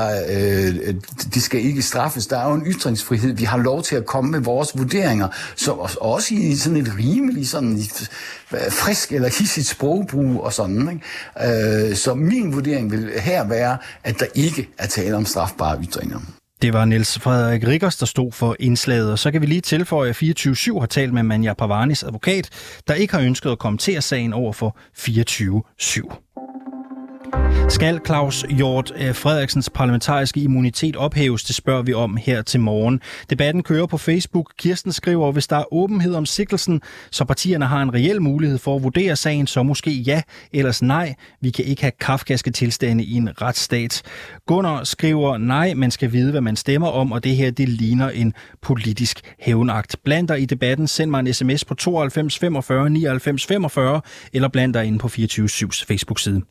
Det skal ikke straffes. Der er jo en ytringsfrihed. Vi har lov til at komme med vores vurderinger, så også i sådan et rimeligt, sådan frisk eller hissigt sprogbrug og sådan, ikke? Så min vurdering vil her være, at der ikke er tale om strafbare ytringer. Det var Niels Frederik Riggers, der stod for indslaget. Og så kan vi lige tilføje, at 24/7 har talt med Manya Parwanis advokat, der ikke har ønsket at kommentere sagen over for 24/7. Skal Claus Hjort Frederiksens parlamentariske immunitet ophæves? Det spørger vi om her til morgen. Debatten kører på Facebook. Kirsten skriver, hvis der er åbenhed om sigtelsen, så partierne har en reel mulighed for at vurdere sagen, så måske ja, ellers nej. Vi kan ikke have kafkaske tilstande i en retsstat. Gunnar skriver, nej, man skal vide, hvad man stemmer om, og det her, det ligner en politisk hævnakt. Bland dig i debatten. Send mig en sms på 92 45 99 45, eller bland dig inde på 24/7's Facebook-side.